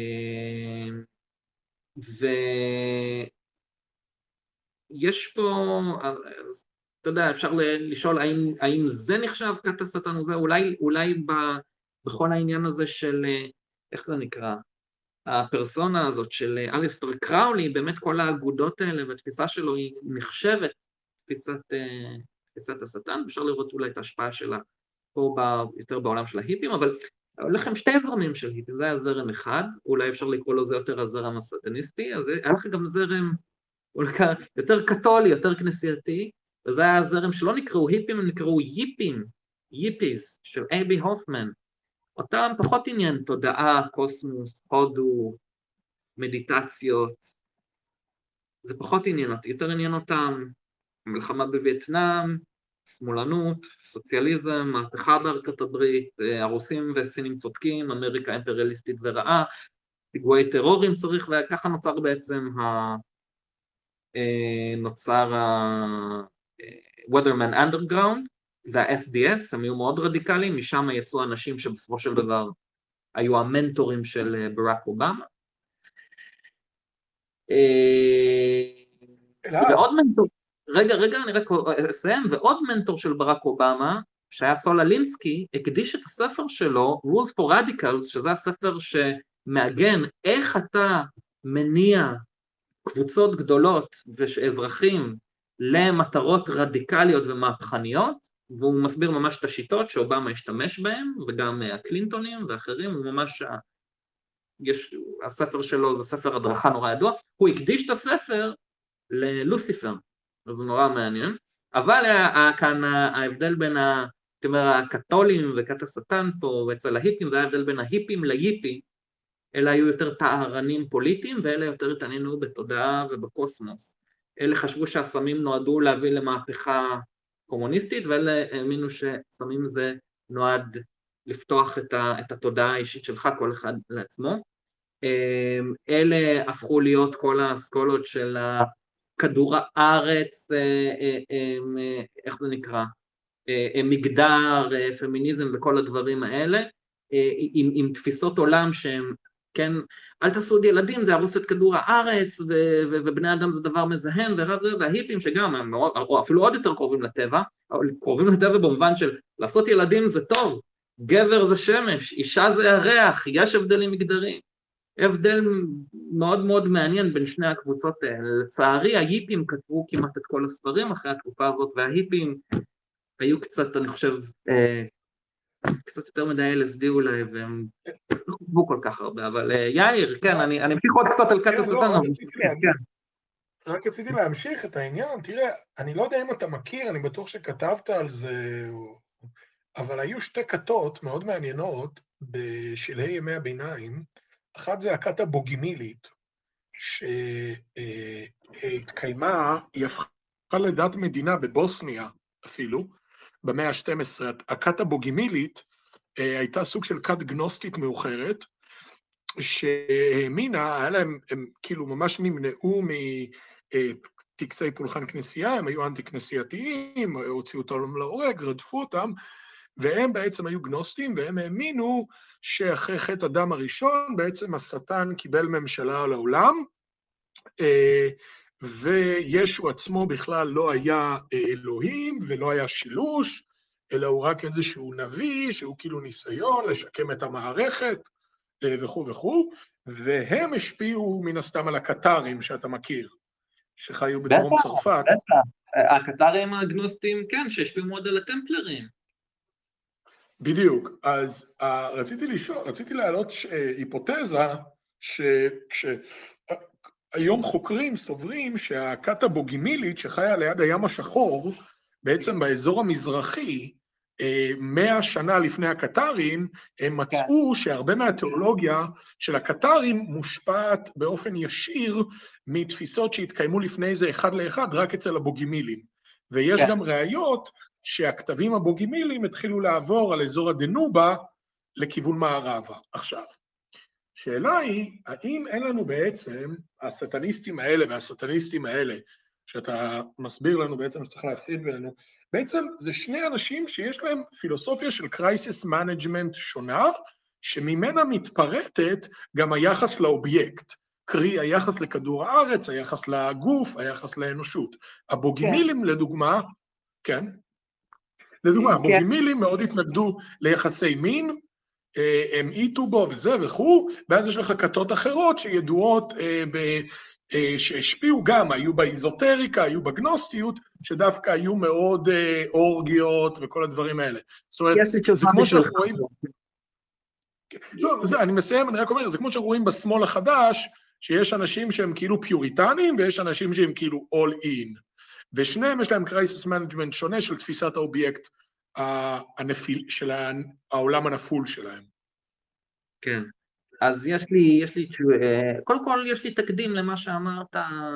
ויש פה, אתה יודע, אפשר לשאול האם, האם זה נחשב כת השטן או זה, אולי, אולי ב, בכל העניין הזה של, איך זה נקרא? הפרסונה הזאת של אליסטר קראולי, באמת כל האגודות האלה והתפיסה שלו היא נחשבת תפיסת, תפיסת השטן, אפשר לראות אולי את ההשפעה שלה פה ב, יותר בעולם של ההיפים, אבל לכם שתי זרמים של היפים, זה היה זרם אחד, אולי אפשר לקרוא לו זה יותר הזרם הסטניסטי, אז היה לך גם זרם יותר קתולי, יותר כנסייתי, וזה היה הזרם שלא נקראו היפים, הם נקראו ייפים, ייפיס, של אייבי הופמן, אותם פחות עניין תודעה, קוסמוס, הודו, מדיטציות, זה פחות עניין, יותר עניין אותם, מלחמה בווייטנאם, שמאלנות, סוציאליזם, מהפכה בארצות הברית, הרוסים והסינים צודקים, אמריקה אימפריאליסטית ורעה, פיגועי טרורים צריך, וככה נוצר בעצם ה... נוצר ה-Weatherman Underground, וה-אס די אס, הם היו מאוד רדיקליים, משם יצאו אנשים שבסופו של דבר היו המנטורים של ברק אובמה. ועוד מנטור, רגע, רגע, אני רק אסיים, ועוד מנטור של ברק אובמה, שהיה סול אלינסקי, הקדיש את הספר שלו, Rules for Radicals, שזה הספר שמאגן איך אתה מניע קבוצות גדולות ואזרחים למטרות רדיקליות ומהפכניות, והוא מסביר ממש את השיטות שאובמה השתמש בהן, וגם הקלינטונים ואחרים, הוא ממש, יש, הספר שלו זה ספר הדרכה נורא ידוע, הוא הקדיש את הספר ללוסיפר, אז זה נורא מעניין, אבל כאן ההבדל בין ה, זאת אומרת, הקתולים וכת השטן פה, ואצל ההיפים, זה ההבדל בין ההיפים ליפים, אלה היו יותר טהרנים פוליטיים, ואלה יותר התעניינו בתודעה ובקוסמוס. אלה חשבו שהסמים נועדו להביא למהפכה קומוניסטית, ואלה האמינו שסמים זה נועד לפתוח את, ה, את התודעה האישית שלך, כל אחד לעצמו. אלה הפכו להיות כל האסכולות של כדור הארץ, איך זה נקרא? מגדר, פמיניזם וכל הדברים האלה, עם, עם תפיסות עולם שהם, כן, אל תעשו עוד ילדים, זה ירוס את כדור הארץ, ו, ו, ובני אדם זה דבר מזהם, וההיפים שגם, הם, או אפילו עוד יותר קרובים לטבע, קרובים לטבע במובן של לעשות ילדים זה טוב, גבר זה שמש, אישה זה ירח, יש הבדלים מגדריים. הבדל מאוד מאוד מעניין בין שני הקבוצות האלה. לצערי, ההיפים כתבו כמעט את כל הספרים אחרי התקופה הזאת, וההיפים היו קצת, אני חושב, קצת יותר מדי אל אס די אולי, והם לא כתבו כל כך הרבה, אבל יאיר, כן, אני אמשיך עוד קצת על כת השטן. רק רציתי להמשיך את העניין, תראה, אני לא יודע אם אתה מכיר, אני בטוח שכתבת על זה, אבל היו שתי כתות מאוד מעניינות בשלהי ימי הביניים, אחת זה הכת הבוגימילית, שהתקיימה, היא הפכה לדת מדינה בבוסניה אפילו, במאה ה-שתים עשרה. הכת הבוגימילית הייתה סוג של כת גנוסטית מאוחרת, שהאמינה, היה להם, הם כאילו ממש נמנעו מטקסי פולחן כנסייה, הם היו אנטי-כנסייתיים, הוציאו אותם להורג, רדפו אותם, והם בעצם היו גנוסטים, והם האמינו שאחרי חטא אדם הראשון, בעצם השטן קיבל ממשלה על העולם, וישו עצמו בכלל לא היה אלוהים, ולא היה שילוש, אלא הוא רק איזשהו נביא, שהוא כאילו ניסיון לשקם את המערכת, וכו' וכו', והם השפיעו מן הסתם על הקטרים שאתה מכיר, שחיו בדרום צרפת. הקטרים הגנוסטים, כן, שהשפיעו מאוד על הטמפלרים. בדיוק. אז uh, רציתי לשאול, רציתי להעלות ש- היפותזה, שכשהיום חוקרים סוברים שהכת הבוגימילית שחיה ליד הים השחור, בעצם באזור המזרחי, מאה שנה לפני הקטרים, הם מצאו שהרבה מהתיאולוגיה של הקטרים מושפעת באופן ישיר מתפיסות שהתקיימו לפני זה אחד לאחד רק אצל הבוגימילים. ויש גם ראיות שהכתבים הבוגימילים התחילו לעבור על אזור הדנובה לכיוון מערבה. עכשיו, שאלה היא, האם אין לנו בעצם, הסטניסטים האלה והסטניסטים האלה, שאתה מסביר לנו בעצם שצריך להפריד בינינו, בעצם זה שני אנשים שיש להם פילוסופיה של קרייסיס מנג'מנט שונה, שממנה מתפרטת גם היחס לאובייקט, קרי היחס לכדור הארץ, היחס לגוף, היחס לאנושות. הבוגימילים לדוגמה, כן? לדוגמה, הבוגימילים מאוד התנגדו ליחסי מין, הם איתו בו וזה וכו', ואז יש לך כתות אחרות שידועות שהשפיעו גם, היו באיזוטריקה, היו בגנוסטיות, שדווקא היו מאוד אורגיות וכל הדברים האלה. זאת אומרת, זה כמו שאנחנו רואים... לא, אני מסיים, אני רק אומר, זה כמו שאנחנו רואים בשמאל החדש, שיש אנשים שהם כאילו פיוריטנים, ויש אנשים שהם כאילו all in. ושניהם יש להם קרייסיס מנג'מנט שונה של תפיסת האובייקט, הנפיל, של העולם הנפול שלהם. כן, אז יש לי, יש לי, קודם כל יש לי תקדים למה שאמרת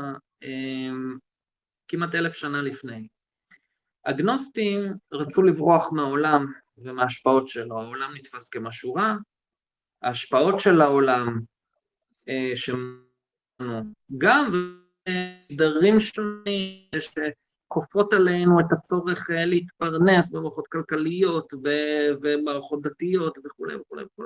כמעט אלף שנה לפני. הגנוסטים רצו לברוח מהעולם ומההשפעות שלו, העולם נתפס כמשהו רע, ההשפעות של העולם, גם דברים שונים, כופות עלינו את הצורך להתפרנס במערכות כלכליות ומערכות דתיות וכו' וכו' וכו'.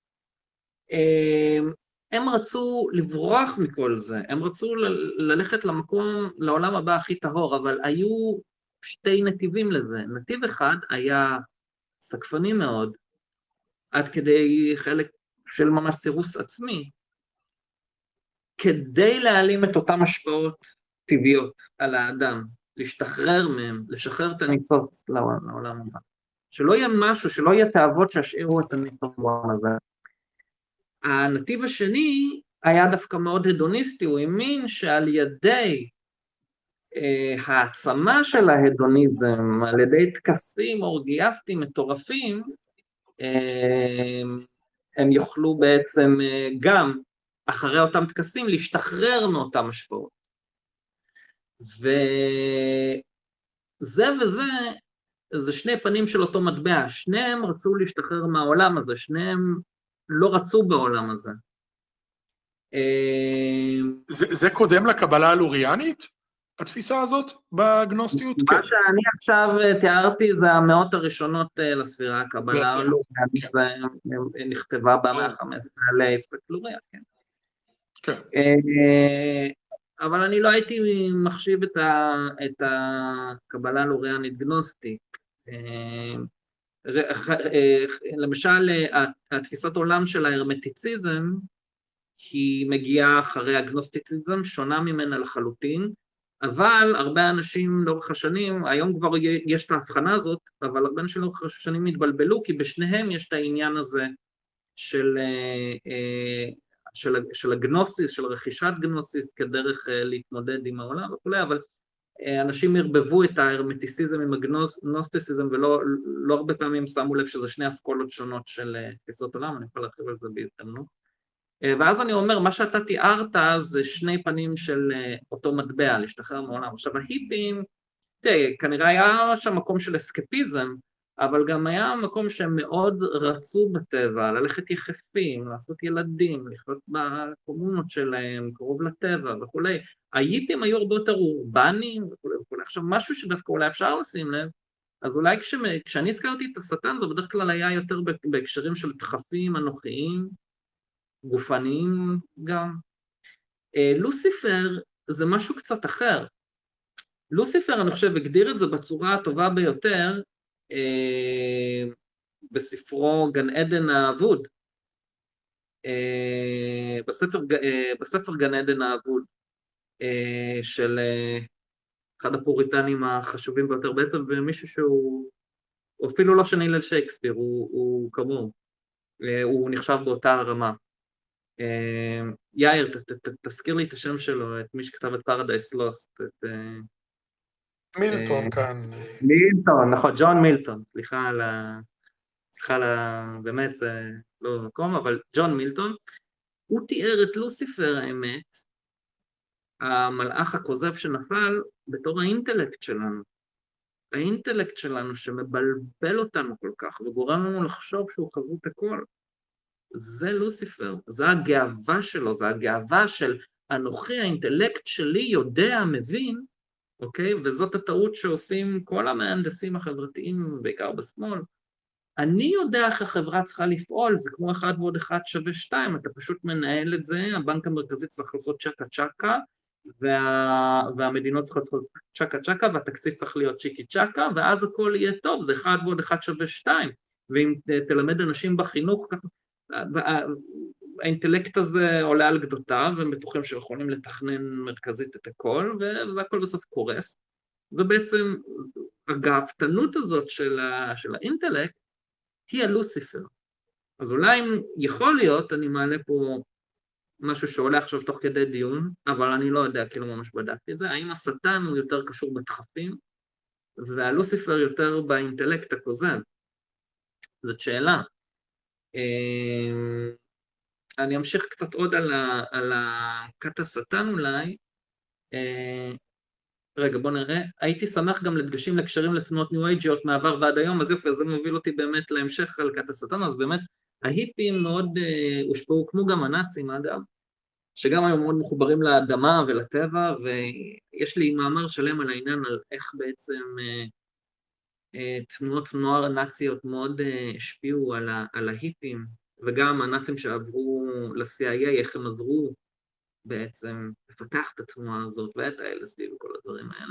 הם רצו לברוח מכל זה, הם רצו ללכת למקום, לעולם הבא הכי טהור, אבל היו שתי נתיבים לזה. נתיב אחד היה סקפני מאוד, עד כדי חלק של ממש סירוס עצמי, כדי להעלים את אותם השפעות טבעיות על האדם, להשתחרר מהם, לשחרר את הניצוץ לעולם הבא. שלא יהיה משהו, שלא יהיה תאוות שהשאירו את הניצוץ בעולם הזה. הנתיב השני היה דווקא מאוד הדוניסטי, הוא האמין שעל ידי אה, העצמה של ההדוניזם, על ידי טקסים אורגיאסטיים מטורפים, אה, הם יוכלו בעצם אה, גם אחרי אותם טקסים להשתחרר מאותם השפעות. וזה וזה, זה שני פנים של אותו מטבע, שניהם רצו להשתחרר מהעולם הזה, שניהם לא רצו בעולם הזה. זה, זה קודם לקבלה הלוריאנית, התפיסה הזאת בגנוסטיות? מה כן. שאני עכשיו תיארתי זה המאות הראשונות לספירה, הקבלה הלוריאנית, כן. זה נכתבה במאה ה-חמש עשרה ליצחק לוריה, כן. כן. אבל אני לא הייתי מחשיב את, ה, את הקבלה הלוריאנית גנוסטית. למשל, התפיסת עולם של ההרמטיציזם, היא מגיעה אחרי הגנוסטיציזם, שונה ממנה לחלוטין, אבל הרבה אנשים לאורך השנים, היום כבר יש את ההבחנה הזאת, אבל הרבה אנשים לאורך השנים התבלבלו, כי בשניהם יש את העניין הזה של, של, של הגנוסיס, של רכישת גנוסיס, כדרך להתמודד עם העולם וכו', אבל אנשים הרבבו את ההרמטיסיזם עם הגנוסטיסיזם, ולא לא הרבה פעמים שמו לב שזה שני אסכולות שונות של תפיסות עולם, אני יכול להרחיב על זה בהזדמנות. ואז אני אומר, מה שאתה תיארת זה שני פנים של אותו מטבע, להשתחרר מעולם. עכשיו, ההיפים, תראה, כנראה היה שם מקום של אסקפיזם, אבל גם היה מקום שהם מאוד רצו בטבע, ללכת יחפים, לעשות ילדים, לחיות בקומונות שלהם, קרוב לטבע וכו'. ההיפים היו הרבה יותר אורבניים וכו' וכו'. עכשיו, משהו שדווקא אולי אפשר לשים לב, אז אולי כש... כשאני הזכרתי את השטן, זה בדרך כלל היה יותר בהקשרים של דחפים אנוכיים, גופניים גם. לוסיפר זה משהו קצת אחר. לוסיפר, אני חושב, הגדיר את זה בצורה הטובה ביותר, בספרו גן עדן האבוד, בספר, בספר גן עדן האבוד, של אחד הפוריטנים החשובים ביותר, בעצם במישהו שהוא הוא אפילו לא שני לשייקספיר, הוא, הוא כמוהו, הוא נחשב באותה הרמה. יאיר, ת, ת, ת, תזכיר לי את השם שלו, את מי שכתב את פרדייס לוסט, את... מילטון כאן. מילטון, נכון, ג'ון מילטון, סליחה על ה... סליחה על ה... באמת זה לא מקום, אבל ג'ון מילטון, הוא תיאר את לוסיפר, האמת, המלאך הכוזב שנפל, בתור האינטלקט שלנו. האינטלקט שלנו שמבלבל אותנו כל כך, וגורם לנו לחשוב שהוא חזות הכל. זה לוסיפר, זה הגאווה שלו, זה הגאווה של אנוכי, האינטלקט שלי יודע, מבין, אוקיי? וזאת הטעות שעושים כל המהנדסים החברתיים, בעיקר בשמאל. אני יודע איך החברה צריכה לפעול, זה כמו אחד ועוד אחד שווה שתיים, אתה פשוט מנהל את זה, הבנק המרכזי צריך לעשות צ'קה צ'קה, וה... והמדינות צריכות לעשות צ'קה צ'קה, והתקציב צריך להיות צ'יקי צ'קה, ואז הכל יהיה טוב, זה אחד ועוד אחד שווה שתיים, ואם תלמד אנשים בחינוך, האינטלקט הזה עולה על גדותיו, והם בטוחים שיכולים לתכנן מרכזית את הכל, וזה הכל בסוף קורס. זה בעצם, הגאוותנות הזאת של, ה... של האינטלקט, היא הלוסיפר. אז אולי אם יכול להיות, אני מעלה פה משהו שעולה עכשיו תוך כדי דיון, אבל אני לא יודע, כאילו ממש בדקתי את זה, האם השטן הוא יותר קשור בדחפים, והלוסיפר יותר באינטלקט הכוזב? זאת שאלה. אני אמשיך קצת עוד על, ה, על הכת השטן אולי. רגע, בוא נראה. הייתי שמח גם לדגשים לקשרים לתנועות ניו אייג'יות מעבר ועד היום, אז יופי, אז זה מוביל אותי באמת להמשך על כת השטן, אז באמת ההיפים מאוד uh, הושפעו, כמו גם הנאצים אגב, שגם היום מאוד מחוברים לאדמה ולטבע, ויש לי מאמר שלם על העניין, על איך בעצם uh, uh, תנועות נוער נאציות מאוד uh, השפיעו על, ה, על ההיפים, וגם הנאצים שעברו ל-סי איי איי, איך הם עזרו, בעצם לפתח את התנועה הזאת ואת ה-אל אס די וכל הדברים האלה.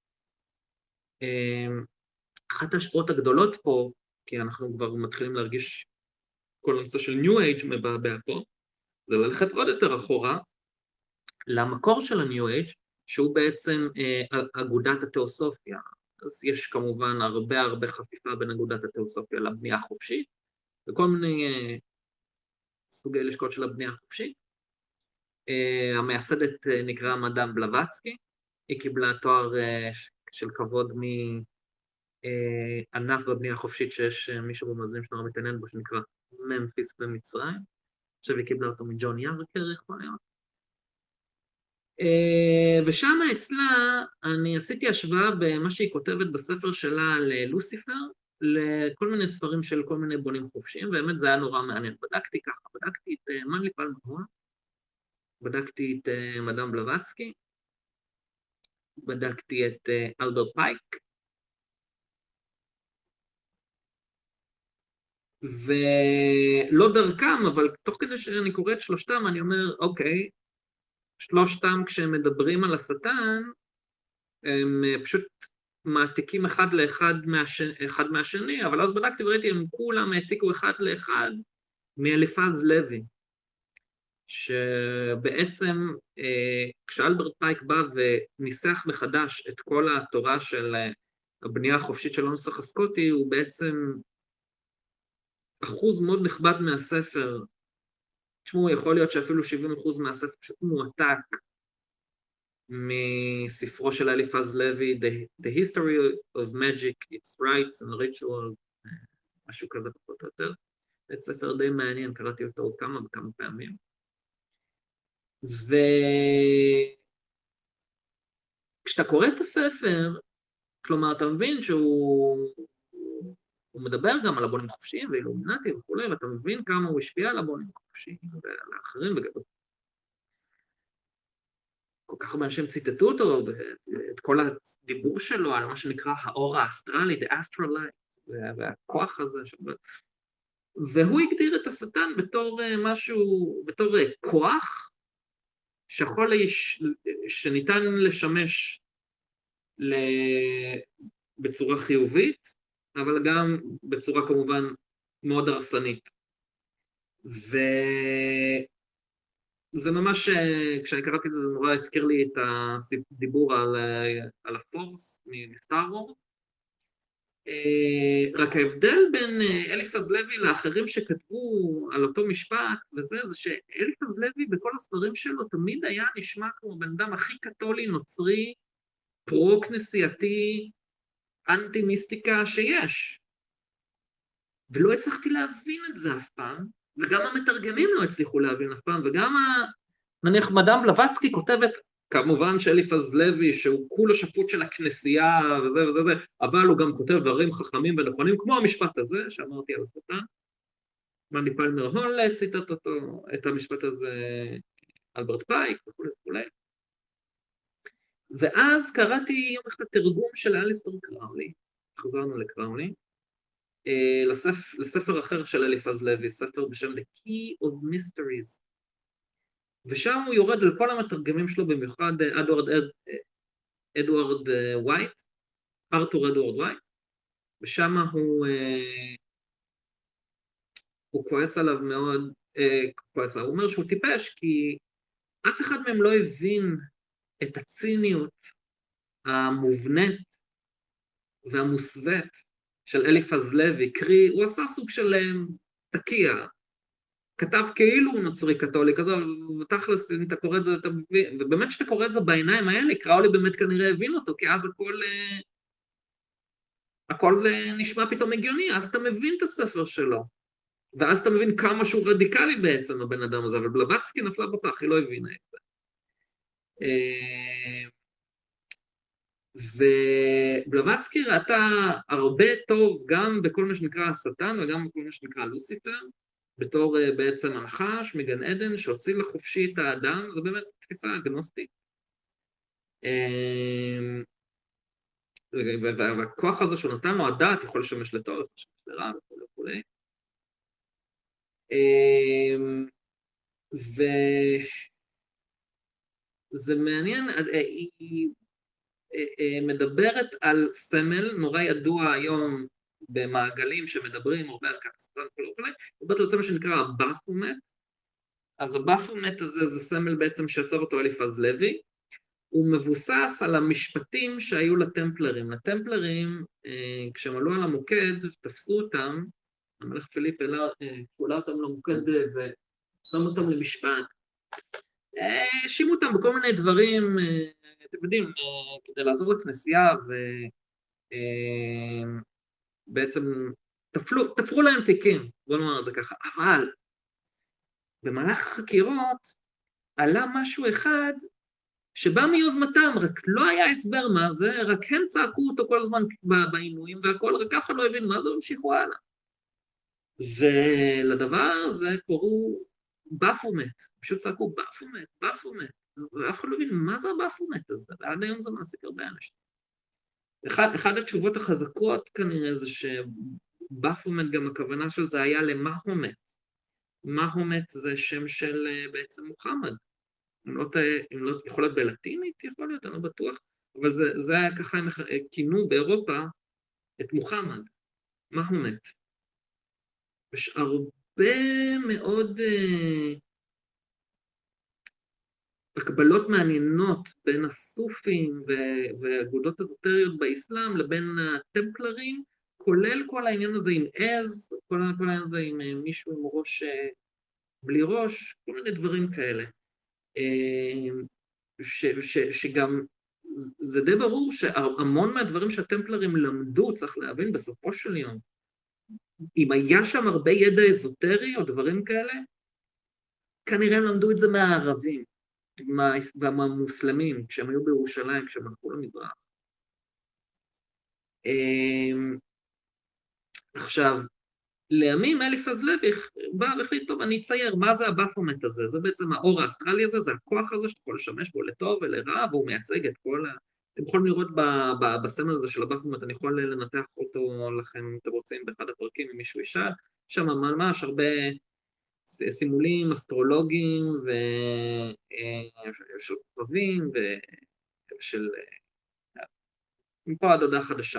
אחת ההשפעות הגדולות פה, כי אנחנו כבר מתחילים להרגיש כל הנושא של ניו אייג' מבעבע פה, זה ללכת עוד יותר אחורה למקור של הניו אייג' שהוא בעצם אגודת התיאוסופיה. אז יש כמובן הרבה הרבה חפיפה בין אגודת התיאוסופיה לבנייה החופשית, וכל מיני סוגי לשכות של הבנייה החופשית. Uh, המייסדת uh, נקרא מדאם בלווטסקי, היא קיבלה תואר uh, של כבוד מענף uh, בבנייה החופשית שיש uh, מישהו במאזינים שנורא מתעניין בו שנקרא ממפיס במצרים, עכשיו היא קיבלה אותו מג'ון ירקר, איך הוא היה. Uh, ושם אצלה אני עשיתי השוואה במה שהיא כותבת בספר שלה ללוסיפר, לכל מיני ספרים של כל מיני בונים חופשיים, באמת זה היה נורא מעניין. בדקתי ככה, בדקתי את uh, מנלי פלמהון, בדקתי את uh, מדאם בלווטסקי, בדקתי את uh, אלברט פייק, ולא דרכם, אבל תוך כדי שאני קורא את שלושתם, אני אומר, אוקיי, שלושתם כשהם מדברים על השטן, הם uh, פשוט מעתיקים אחד לאחד מהשני, אחד מהשני, אבל אז בדקתי וראיתי, הם כולם העתיקו אחד לאחד מאליפז לוי. שבעצם כשאלברט פייק בא וניסח מחדש את כל התורה של הבנייה החופשית של הנוסח הסקוטי, הוא בעצם אחוז מאוד נכבד מהספר, תשמעו, יכול להיות שאפילו שבעים אחוז מהספר פשוט מועתק מספרו של אליפז לוי, The, The History of Magic, Its Rites and Rituals, משהו כזה פחות או יותר. זה ספר די מעניין, קראתי אותו עוד כמה וכמה פעמים. וכשאתה קורא את הספר, כלומר, אתה מבין שהוא הוא מדבר גם על הבונים חופשיים ואילומינטי וכו', ואתה מבין כמה הוא השפיע על הבונים חופשיים ועל האחרים וגדול. כל כך הרבה אנשים ציטטו אותו, ואת כל הדיבור שלו על מה שנקרא האור האסטרלי, the astral light, והכוח הזה. והוא הגדיר את השטן בתור משהו, בתור כוח, שיכול ליש... שניתן לשמש בצורה חיובית, אבל גם בצורה כמובן מאוד הרסנית. וזה ממש, כשאני קראתי את זה, זה נורא הזכיר לי את הדיבור על, על הפורס מסטאר וורס, רק ההבדל בין אליפז לוי לאחרים שכתבו על אותו משפט וזה, זה שאליפז לוי בכל הספרים שלו תמיד היה נשמע כמו בן אדם הכי קתולי, נוצרי, פרו-כנסייתי, אנטי-מיסטיקה שיש. ולא הצלחתי להבין את זה אף פעם, וגם המתרגמים לא הצליחו להבין אף פעם, וגם נניח מדאם בלווטסקי כותבת, כמובן שאליפז לוי, שהוא כולו שפוט של הכנסייה וזה וזה וזה, אבל הוא גם כותב דברים חכמים ונכונים, כמו המשפט הזה שאמרתי על השטן, מני פלמר הול ציטט אותו, את המשפט הזה אלברט פייק וכו' וכו'. ואז קראתי יום אחד תרגום של אליסטר קראולי, חזרנו לקראולי, לספר, לספר אחר של אליפז לוי, ספר בשם The Key of Mysteries, ושם הוא יורד על כל המתרגמים שלו, במיוחד אדוארד, אד, אדוארד ווייט, ארתור אדוארד ווייט, ושם הוא, הוא כועס עליו מאוד, כועס, הוא אומר שהוא טיפש, כי אף אחד מהם לא הבין את הציניות המובנית והמוסווית של אליפז לוי, קרי, הוא עשה סוג של תקיע, כתב כאילו הוא נוצרי קתולי, כזה, ותכלס, אם אתה קורא את זה, אתה מבין, ובאמת שאתה קורא את זה בעיניים האלה, קראולי באמת כנראה הבין אותו, כי אז הכל, הכל נשמע פתאום הגיוני, אז אתה מבין את הספר שלו, ואז אתה מבין כמה שהוא רדיקלי בעצם, הבן אדם הזה, אבל בלווטסקי נפלה בפח, היא לא הבינה את זה. ובלווטסקי ראתה הרבה טוב גם בכל מה שנקרא השטן וגם בכל מה שנקרא לוסיפר, בתור בעצם הנחש מגן עדן שהוציא לחופשי את האדם, זו באמת תפיסה אגנוסטית. והכוח הזה שהוא נתן לו הדעת יכול לשמש לטוב, יכול לשמש לרע וכו' וכו'. וזה מעניין, היא מדברת על סמל נורא ידוע היום במעגלים שמדברים הרבה על כסתן וכו', מדברת על סמל שנקרא הבאפומט. אז הבאפומט הזה זה סמל בעצם שיצר אותו אליפז לוי, הוא מבוסס על המשפטים שהיו לטמפלרים. לטמפלרים, כשהם עלו על המוקד, תפסו אותם, המלך פיליפ קולה אותם למוקד ושם אותם למשפט, האשימו אותם בכל מיני דברים, אתם יודעים, כדי לעזור לכנסייה, ובעצם תפרו, תפרו להם תיקים, בוא נאמר את זה ככה, אבל במהלך החקירות עלה משהו אחד שבא מיוזמתם, רק לא היה הסבר מה זה, רק הם צעקו אותו כל הזמן בעינויים והכל, רק אף אחד לא הבין מה זה, המשיכו הלאה. ולדבר הזה קוראו באפומט, פשוט צעקו באפומט, באפומט, ואף אחד לא הבין מה זה הבאפומט הזה, ועד היום זה מעסיק הרבה אנשים. אחד, אחד התשובות החזקות כנראה זה שבאפומט גם הכוונה של זה היה למהומט. מהומט זה שם של בעצם מוחמד. אם לא, אם לא יכול להיות בלטינית, יכול להיות, אני לא בטוח, אבל זה, זה היה ככה, הם כינו באירופה את מוחמד, מהומט. יש הרבה מאוד uh, הקבלות מעניינות בין הסופים ואגודות אזוטריות באסלאם לבין הטמפלרים, כולל כל העניין הזה עם עז, כל, כל העניין הזה עם uh, מישהו עם ראש uh, בלי ראש, כל מיני דברים כאלה. Uh, ש, ש, שגם זה די ברור שהמון מהדברים שהטמפלרים למדו, צריך להבין בסופו של יום, אם היה שם הרבה ידע אזוטרי או דברים כאלה, כנראה הם למדו את זה מהערבים והמוסלמים, כשהם היו בירושלים, כשהם הלכו למזרח. עכשיו, לימים אליפז לוי בא והחליט, טוב, אני אצייר, מה זה הבאפומט הזה? זה בעצם האור האסטרלי הזה, זה הכוח הזה שאתה יכול לשמש בו לטוב ולרע, והוא מייצג את כל ה... אתם יכולים לראות בסמל הזה של הבאפומט, אני יכול לנתח אותו לכם, אם אתם רוצים, באחד הפרקים, אם מישהו ישאל, שם ממש הרבה סימולים אסטרולוגיים ושל כוכבים ושל... מפה עד הודעה חדשה.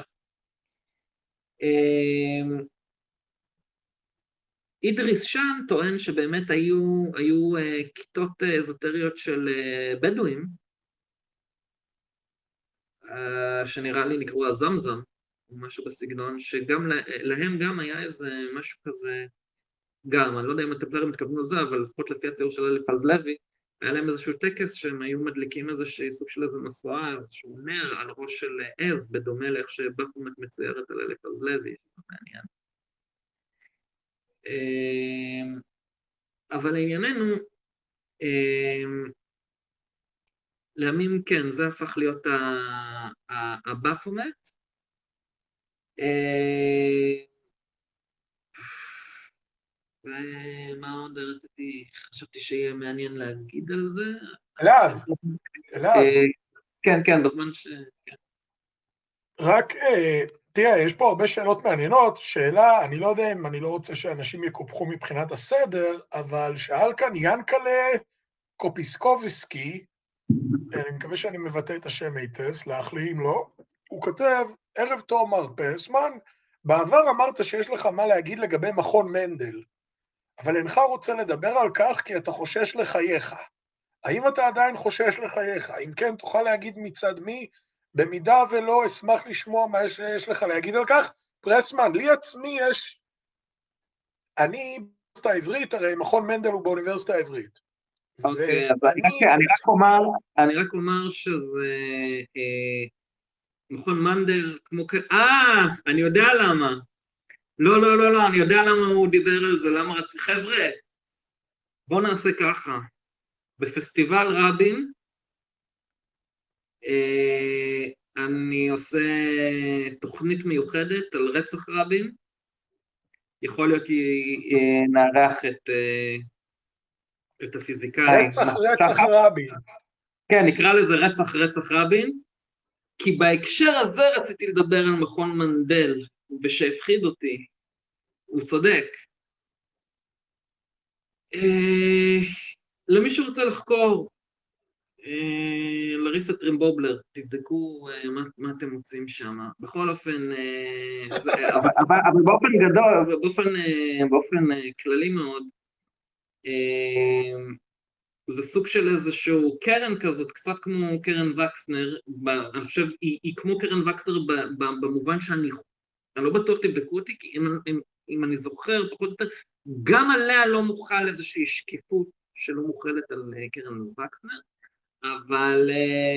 אידריס שאן טוען שבאמת היו, היו כיתות אזוטריות של בדואים, שנראה לי נקראו הזמזם, משהו בסגנון, שגם להם גם היה איזה משהו כזה, גם, אני לא יודע אם הטמפלרים מתכוונים לזה, אבל לפחות לפי הציור של אליפז לוי, היה להם איזשהו טקס שהם היו מדליקים איזושהי סוג של איזה משואה, איזשהו נר על ראש של עז, בדומה לאיך שבפומט מציירת על אליפז לוי, שזה מעניין. אבל לענייננו, לימים כן, זה הפך להיות הבפומט. ומה עוד רציתי, חשבתי שיהיה מעניין להגיד על זה. אלעד, אלעד. כן, כן, בזמן ש... רק, תראה, יש פה הרבה שאלות מעניינות. שאלה, אני לא יודע אם אני לא רוצה שאנשים יקופחו מבחינת הסדר, אבל שאל כאן ינקלה קופיסקובסקי, אני מקווה שאני מבטא את השם היטב, סלח לי אם לא, הוא כותב, ערב טוב מר פרסמן, בעבר אמרת שיש לך מה להגיד לגבי מכון מנדל, אבל אינך רוצה לדבר על כך כי אתה חושש לחייך. האם אתה עדיין חושש לחייך? אם כן, תוכל להגיד מצד מי? במידה ולא, אשמח לשמוע מה יש, יש לך להגיד על כך. פרסמן, לי עצמי יש... אני באוניברסיטה העברית, הרי מכון מנדל הוא באוניברסיטה העברית. אוקיי, אז אני רק אומר, אני רק אומר שזה... מכון מנדל, כמו כ... אה, אני יודע למה. לא, לא, לא, לא, אני יודע למה הוא דיבר על זה, למה רציתי... חבר'ה, בואו נעשה ככה. בפסטיבל רבין, אני עושה תוכנית מיוחדת על רצח רבין, יכול להיות נערך את, את הפיזיקאי. רצח רצח רבין. כן, נקרא לזה רצח רצח רבין, כי בהקשר הזה רציתי לדבר על מכון מנדל, ושהפחיד אותי, הוא צודק. למי שרוצה לחקור, לריסה טרימבובלר, תבדקו מה אתם מוצאים שם. בכל אופן, אבל באופן גדול, באופן כללי מאוד, זה סוג של איזשהו קרן כזאת, קצת כמו קרן וקסנר, אני חושב, היא כמו קרן וקסנר במובן שאני, אני לא בטוח תבדקו אותי, כי אם אני זוכר, פחות או יותר, גם עליה לא מוכל איזושהי שקיפות שלא מוכלת על קרן וקסנר, אבל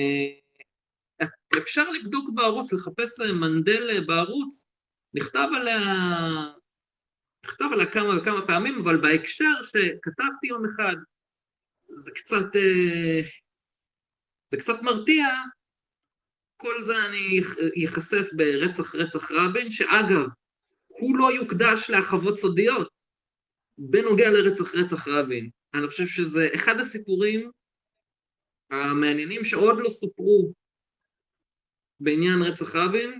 אפשר לבדוק בערוץ, לחפש מנדל בערוץ, נכתב עליה, נכתב עליה כמה וכמה פעמים, אבל בהקשר שכתבתי יום אחד, זה קצת, זה קצת מרתיע, כל זה אני יחשף ברצח רצח רבין, שאגב, הוא לא יוקדש להחוות סודיות, בנוגע לרצח רצח רבין. אני חושב שזה אחד הסיפורים המעניינים שעוד לא סופרו בעניין רצח רבין,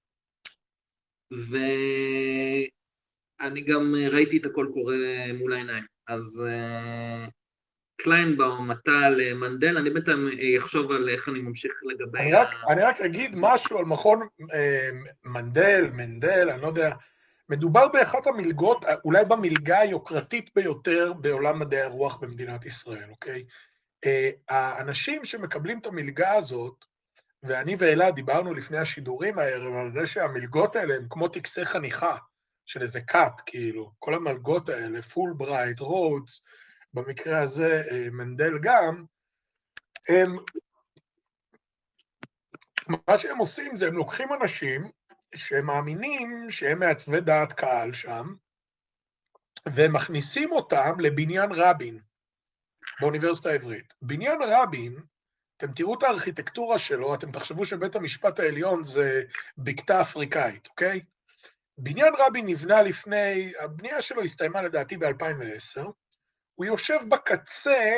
ואני גם ראיתי את הכל קורה מול העיניים. אז קליינבאום, מטל, מנדל, אני בינתיים אחשוב על איך אני ממשיך לגבי... אני רק, ה... אני רק אגיד משהו על מכון אה, מנדל, מנדל, אני לא יודע, מדובר באחת המלגות, אולי במלגה היוקרתית ביותר בעולם מדעי הרוח במדינת ישראל, אוקיי? אה, האנשים שמקבלים את המלגה הזאת, ואני ואלעד דיברנו לפני השידורים הערב על זה שהמלגות האלה הם כמו טקסי חניכה של איזה קאט, כאילו, כל המלגות האלה, פולברייט, רודס, במקרה הזה מנדל גם, הם, מה שהם עושים זה הם לוקחים אנשים שהם מאמינים שהם מעצבי דעת קהל שם, והם מכניסים אותם לבניין רבין באוניברסיטה העברית. בניין רבין, אתם תראו את הארכיטקטורה שלו, אתם תחשבו שבית המשפט העליון זה בקתה אפריקאית, אוקיי? בניין רבין נבנה לפני, הבנייה שלו הסתיימה לדעתי ב-אלפיים ועשר, הוא יושב בקצה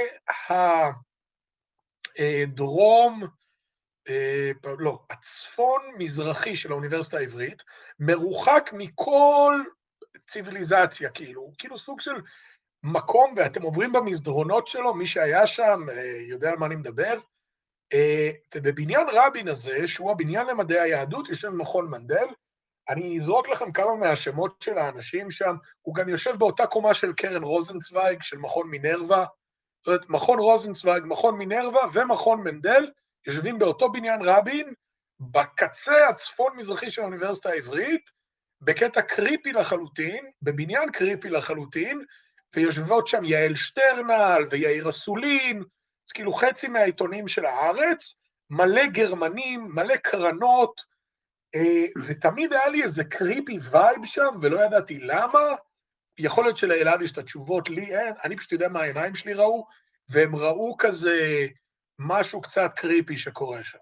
הדרום, לא, הצפון-מזרחי של האוניברסיטה העברית, מרוחק מכל ציוויליזציה, כאילו, כאילו סוג של מקום, ואתם עוברים במסדרונות שלו, מי שהיה שם יודע על מה אני מדבר, ובבניין רבין הזה, שהוא הבניין למדעי היהדות, יושב מכון מנדל, אני אזרוק לכם כמה מהשמות של האנשים שם, הוא גם יושב באותה קומה של קרן רוזנצוויג, של מכון מינרווה, זאת אומרת, מכון רוזנצוויג, מכון מינרווה ומכון מנדל, יושבים באותו בניין רבין, בקצה הצפון-מזרחי של האוניברסיטה העברית, בקטע קריפי לחלוטין, בבניין קריפי לחלוטין, ויושבות שם יעל שטרנל ויאיר אסולין, אז כאילו חצי מהעיתונים של הארץ, מלא גרמנים, מלא קרנות, ותמיד היה לי איזה קריפי וייב שם, ולא ידעתי למה. יכול להיות שלאלעד יש את התשובות, לי אין, אני פשוט יודע מה העיניים שלי ראו, והם ראו כזה משהו קצת קריפי שקורה שם.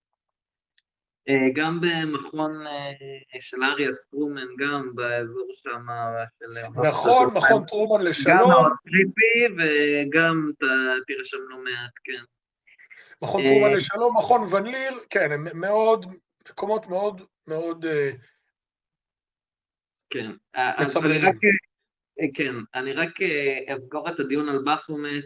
גם במכון של אריה סטרומן, גם באזור שם של... נכון, מכון טרומן לשלום. גם מאוד קריפי וגם תראה שם לא מעט, כן. מכון טרומן לשלום, מכון ון ליר, כן, הם מאוד, מקומות מאוד מאוד... כן, אז אני רק... כן, אני רק אסגור את הדיון על בפומט,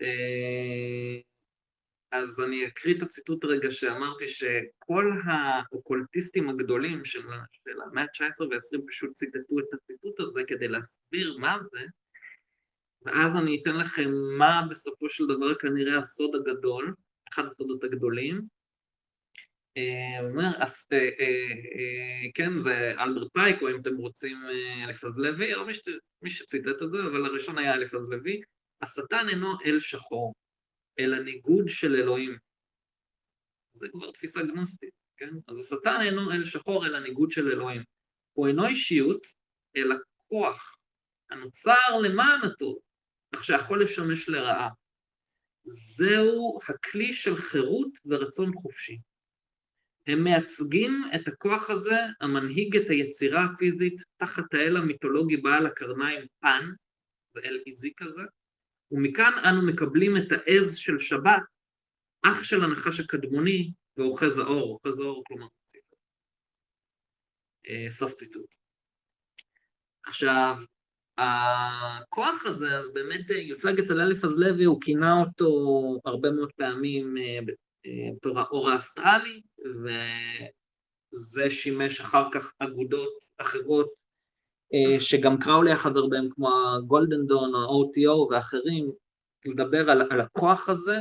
אז אני אקריא את הציטוט רגע שאמרתי שכל האוקולטיסטים הגדולים של המאה ה-תשע עשרה וה-עשרים פשוט ציטטו את הציטוט הזה כדי להסביר מה זה, ואז אני אתן לכם מה בסופו של דבר כנראה הסוד הגדול, אחד הסודות הגדולים. הוא אומר, כן, זה אלברט פייק, או אם אתם רוצים אליפז לוי, או מי שציטט את זה, אבל הראשון היה אליפז לוי, השטן אינו אל שחור, אלא ניגוד של אלוהים. זה כבר תפיסה גנוסטית, כן? אז השטן אינו אל שחור, אלא ניגוד של אלוהים. הוא אינו אישיות, אלא כוח, הנוצר למען הטוב, אך שיכול לשמש לרעה. זהו הכלי של חירות ורצון חופשי. הם מייצגים את הכוח הזה, המנהיג את היצירה הפיזית תחת האל המיתולוגי בעל הקרניים פן, זה אל עיזי כזה, ומכאן אנו מקבלים את העז של שבת, אח של הנחש הקדמוני ואוחז האור, אוחז האור כלומר ציטוט. סוף ציטוט. עכשיו, הכוח הזה אז באמת יוצג אצל אליפז לוי, הוא כינה אותו הרבה מאוד פעמים בתור האור האסטרלי, וזה שימש אחר כך אגודות אחרות, שגם קראולי חבר בהם, כמו הגולדן דון, ה-או טי או ואחרים, לדבר על, על הכוח הזה,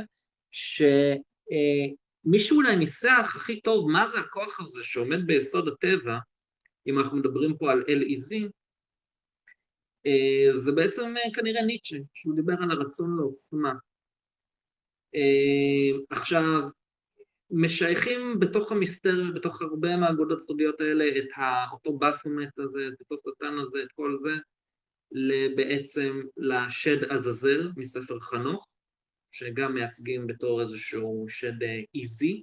שמישהו אולי ניסח הכי טוב מה זה הכוח הזה שעומד ביסוד הטבע, אם אנחנו מדברים פה על אל עיזי, זה בעצם כנראה ניטשה, שהוא דיבר על הרצון לעוצמה. עכשיו, משייכים בתוך המסתר, בתוך הרבה מהאגודות סודיות האלה, את אותו בפומט הזה, את אותו שטן הזה, את כל זה, בעצם לשד עזאזל מספר חנוך, שגם מייצגים בתור איזשהו שד עיזי.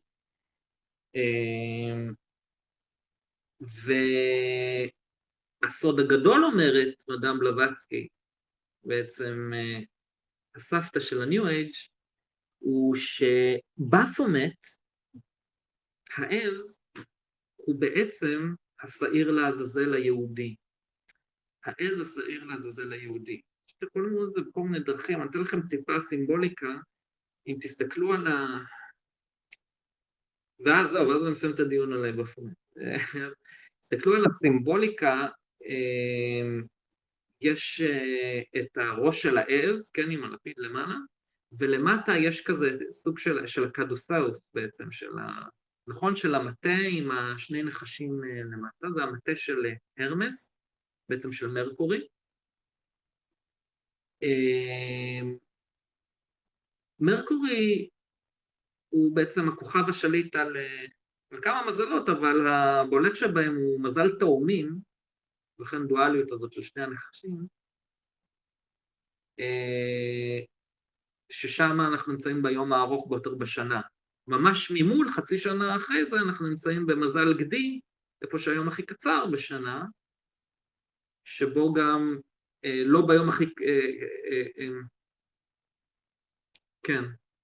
והסוד הגדול אומרת, מדאם בלווטסקי, בעצם הסבתא של הניו אייג', הוא שבפומט, העז, הוא בעצם השעיר לעזאזל היהודי. העז השעיר לעזאזל היהודי. שתכף ללמוד את זה בכל מיני דרכים, אני אתן לכם טיפה סימבוליקה, אם תסתכלו על ה... ואז זהו, ואז אני מסיים את הדיון עליי בפומט. תסתכלו על הסימבוליקה, יש את הראש של העז, כן, עם הלפיד למעלה, ולמטה יש כזה סוג של, של הקדוסאוס בעצם, של ה... נכון, של המטה עם השני נחשים למטה, זה המטה של הרמס, בעצם של מרקורי. מרקורי הוא בעצם הכוכב השליט על, על כמה מזלות, אבל הבולט שבהם הוא מזל תאומים, לכן דואליות הזאת של שני הנחשים, ששם אנחנו נמצאים ביום הארוך ביותר בשנה. ממש ממול, חצי שנה אחרי זה, אנחנו נמצאים במזל גדי, איפה שהיום הכי קצר בשנה, שבו גם, אה, לא ביום הכי, אה, אה, אה, כן,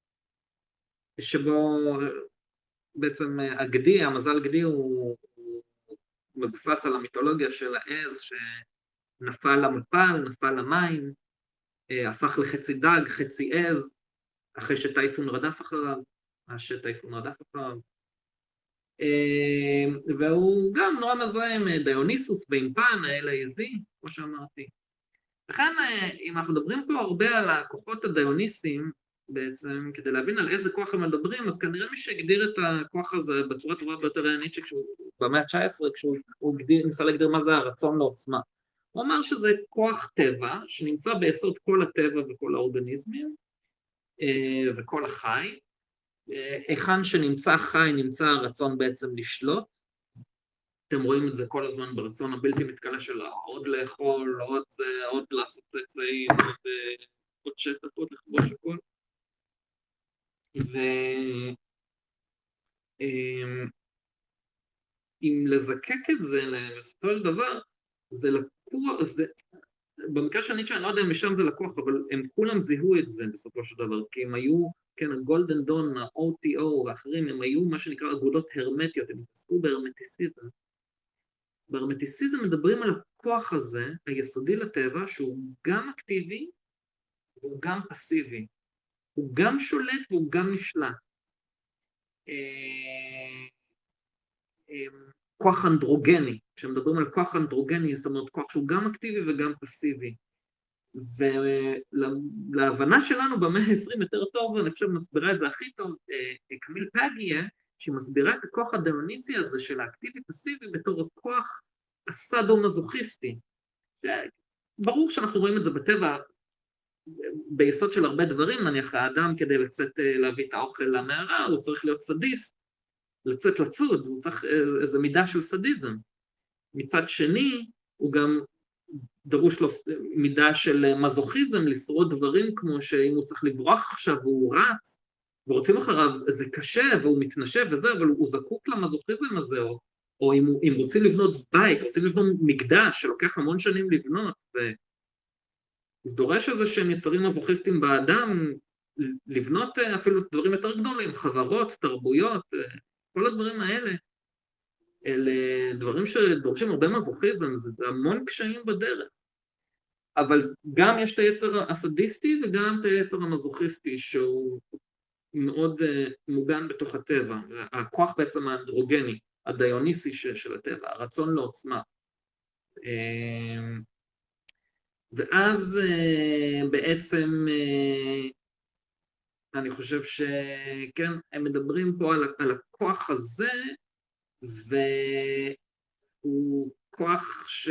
שבו בעצם הגדי, המזל גדי הוא, הוא מבוסס על המיתולוגיה של העז, שנפל למפל, נפל למים, אה, הפך לחצי דג, חצי עז, אחרי שטייפון רדף אחריו, השד טייפון רדף אחריו, והוא גם נורא מזוהה עם דיוניסוס ועם פן, האל העזי, כמו שאמרתי. לכן, אם אנחנו מדברים פה הרבה על הכוחות הדיוניסיים, בעצם, כדי להבין על איזה כוח הם מדברים, אז כנראה מי שהגדיר את הכוח הזה בצורה טובה ביותר היה ניטשה, כשהוא במאה ה-תשע עשרה, כשהוא הגדיר, ניסה להגדיר מה זה הרצון לעוצמה. הוא אמר שזה כוח טבע, שנמצא ביסוד כל הטבע וכל האורגניזמים, וכל החי. היכן שנמצא חי, נמצא הרצון בעצם לשלוט. אתם רואים את זה כל הזמן ברצון הבלתי מתכלה של עוד לאכול, עוד, עוד לעשות צאצאים, עוד, עוד שטח, עוד לכבוש הכל. ואם לזקק את זה, בסופו של דבר, זה לקוח, זה, במקרה של ניטשה, אני לא יודע אם משם זה לקוח, אבל הם כולם זיהו את זה בסופו של דבר, כי הם היו, כן, הגולדן דון, ה-או טי או ואחרים, הם היו מה שנקרא אגודות הרמטיות, הם התעסקו בהרמטיסיזם. בהרמטיסיזם מדברים על הכוח הזה, היסודי לטבע, שהוא גם אקטיבי, והוא גם פסיבי. הוא גם שולט והוא גם נשלט. כוח אנדרוגני, כשמדברים על כוח אנדרוגני, זאת אומרת כוח שהוא גם אקטיבי וגם פסיבי. ולהבנה שלנו במאה ה-עשרים יותר טוב, אני חושב מסבירה את זה הכי טוב, קמיל פגיה, שהיא מסבירה את הכוח הדאוניסי הזה של האקטיבי-פסיבי בתור הכוח הסאדו-מזוכיסטי. ברור שאנחנו רואים את זה בטבע, ביסוד של הרבה דברים, נניח האדם כדי לצאת להביא את האוכל למערה, הוא צריך להיות סדיסט, לצאת לצוד, הוא צריך איזו מידה של סדיזם. מצד שני, הוא גם דרוש לו מידה של מזוכיזם, לשרוד דברים כמו שאם הוא צריך לברוח עכשיו והוא רץ, ורוצים אחריו, זה קשה והוא מתנשב וזה, אבל הוא זקוק למזוכיזם הזה, או, או אם, אם רוצים לבנות בית, רוצים לבנות מקדש שלוקח המון שנים לבנות, ו... אז דורש איזה שהם יצרים מזוכיסטים באדם, לבנות אפילו דברים יותר גדולים, חברות, תרבויות, כל הדברים האלה, אלה דברים שדורשים הרבה מזוכיזם, זה המון קשיים בדרך. אבל גם יש את היצר הסדיסטי וגם את היצר המזוכיסטי, שהוא מאוד מוגן בתוך הטבע, הכוח בעצם האנדרוגני, הדיוניסי של הטבע, הרצון לעוצמה. ואז בעצם אני חושב שכן, הם מדברים פה על, על הכוח הזה, והוא כוח ש...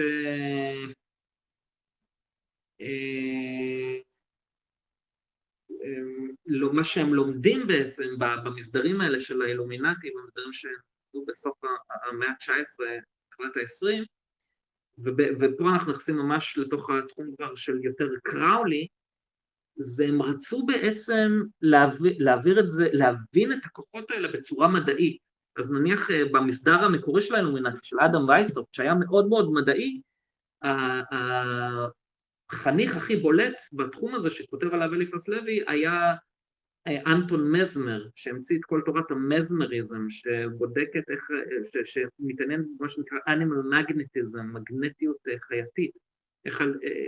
לא, מה שהם לומדים בעצם במסדרים האלה של האילומינטי, במסדרים שנעשו בסוף המאה ה-תשע עשרה, תחילת ה-עשרים, ופה אנחנו נכנסים ממש לתוך התחום כבר של יותר קראולי, זה הם רצו בעצם להעביר, להעביר את זה, להבין את הכוחות האלה בצורה מדעית. אז נניח במסדר המקורי של האילומינטי, של אדם וייסופט, שהיה מאוד מאוד מדעי, החניך הכי בולט בתחום הזה שכותב עליו אליפס לוי, היה אנטון מזמר, שהמציא את כל תורת המזמריזם, שבודקת איך, ש, שמתעניין במה שנקרא animal magnetism, מגנטיות חייתית, איך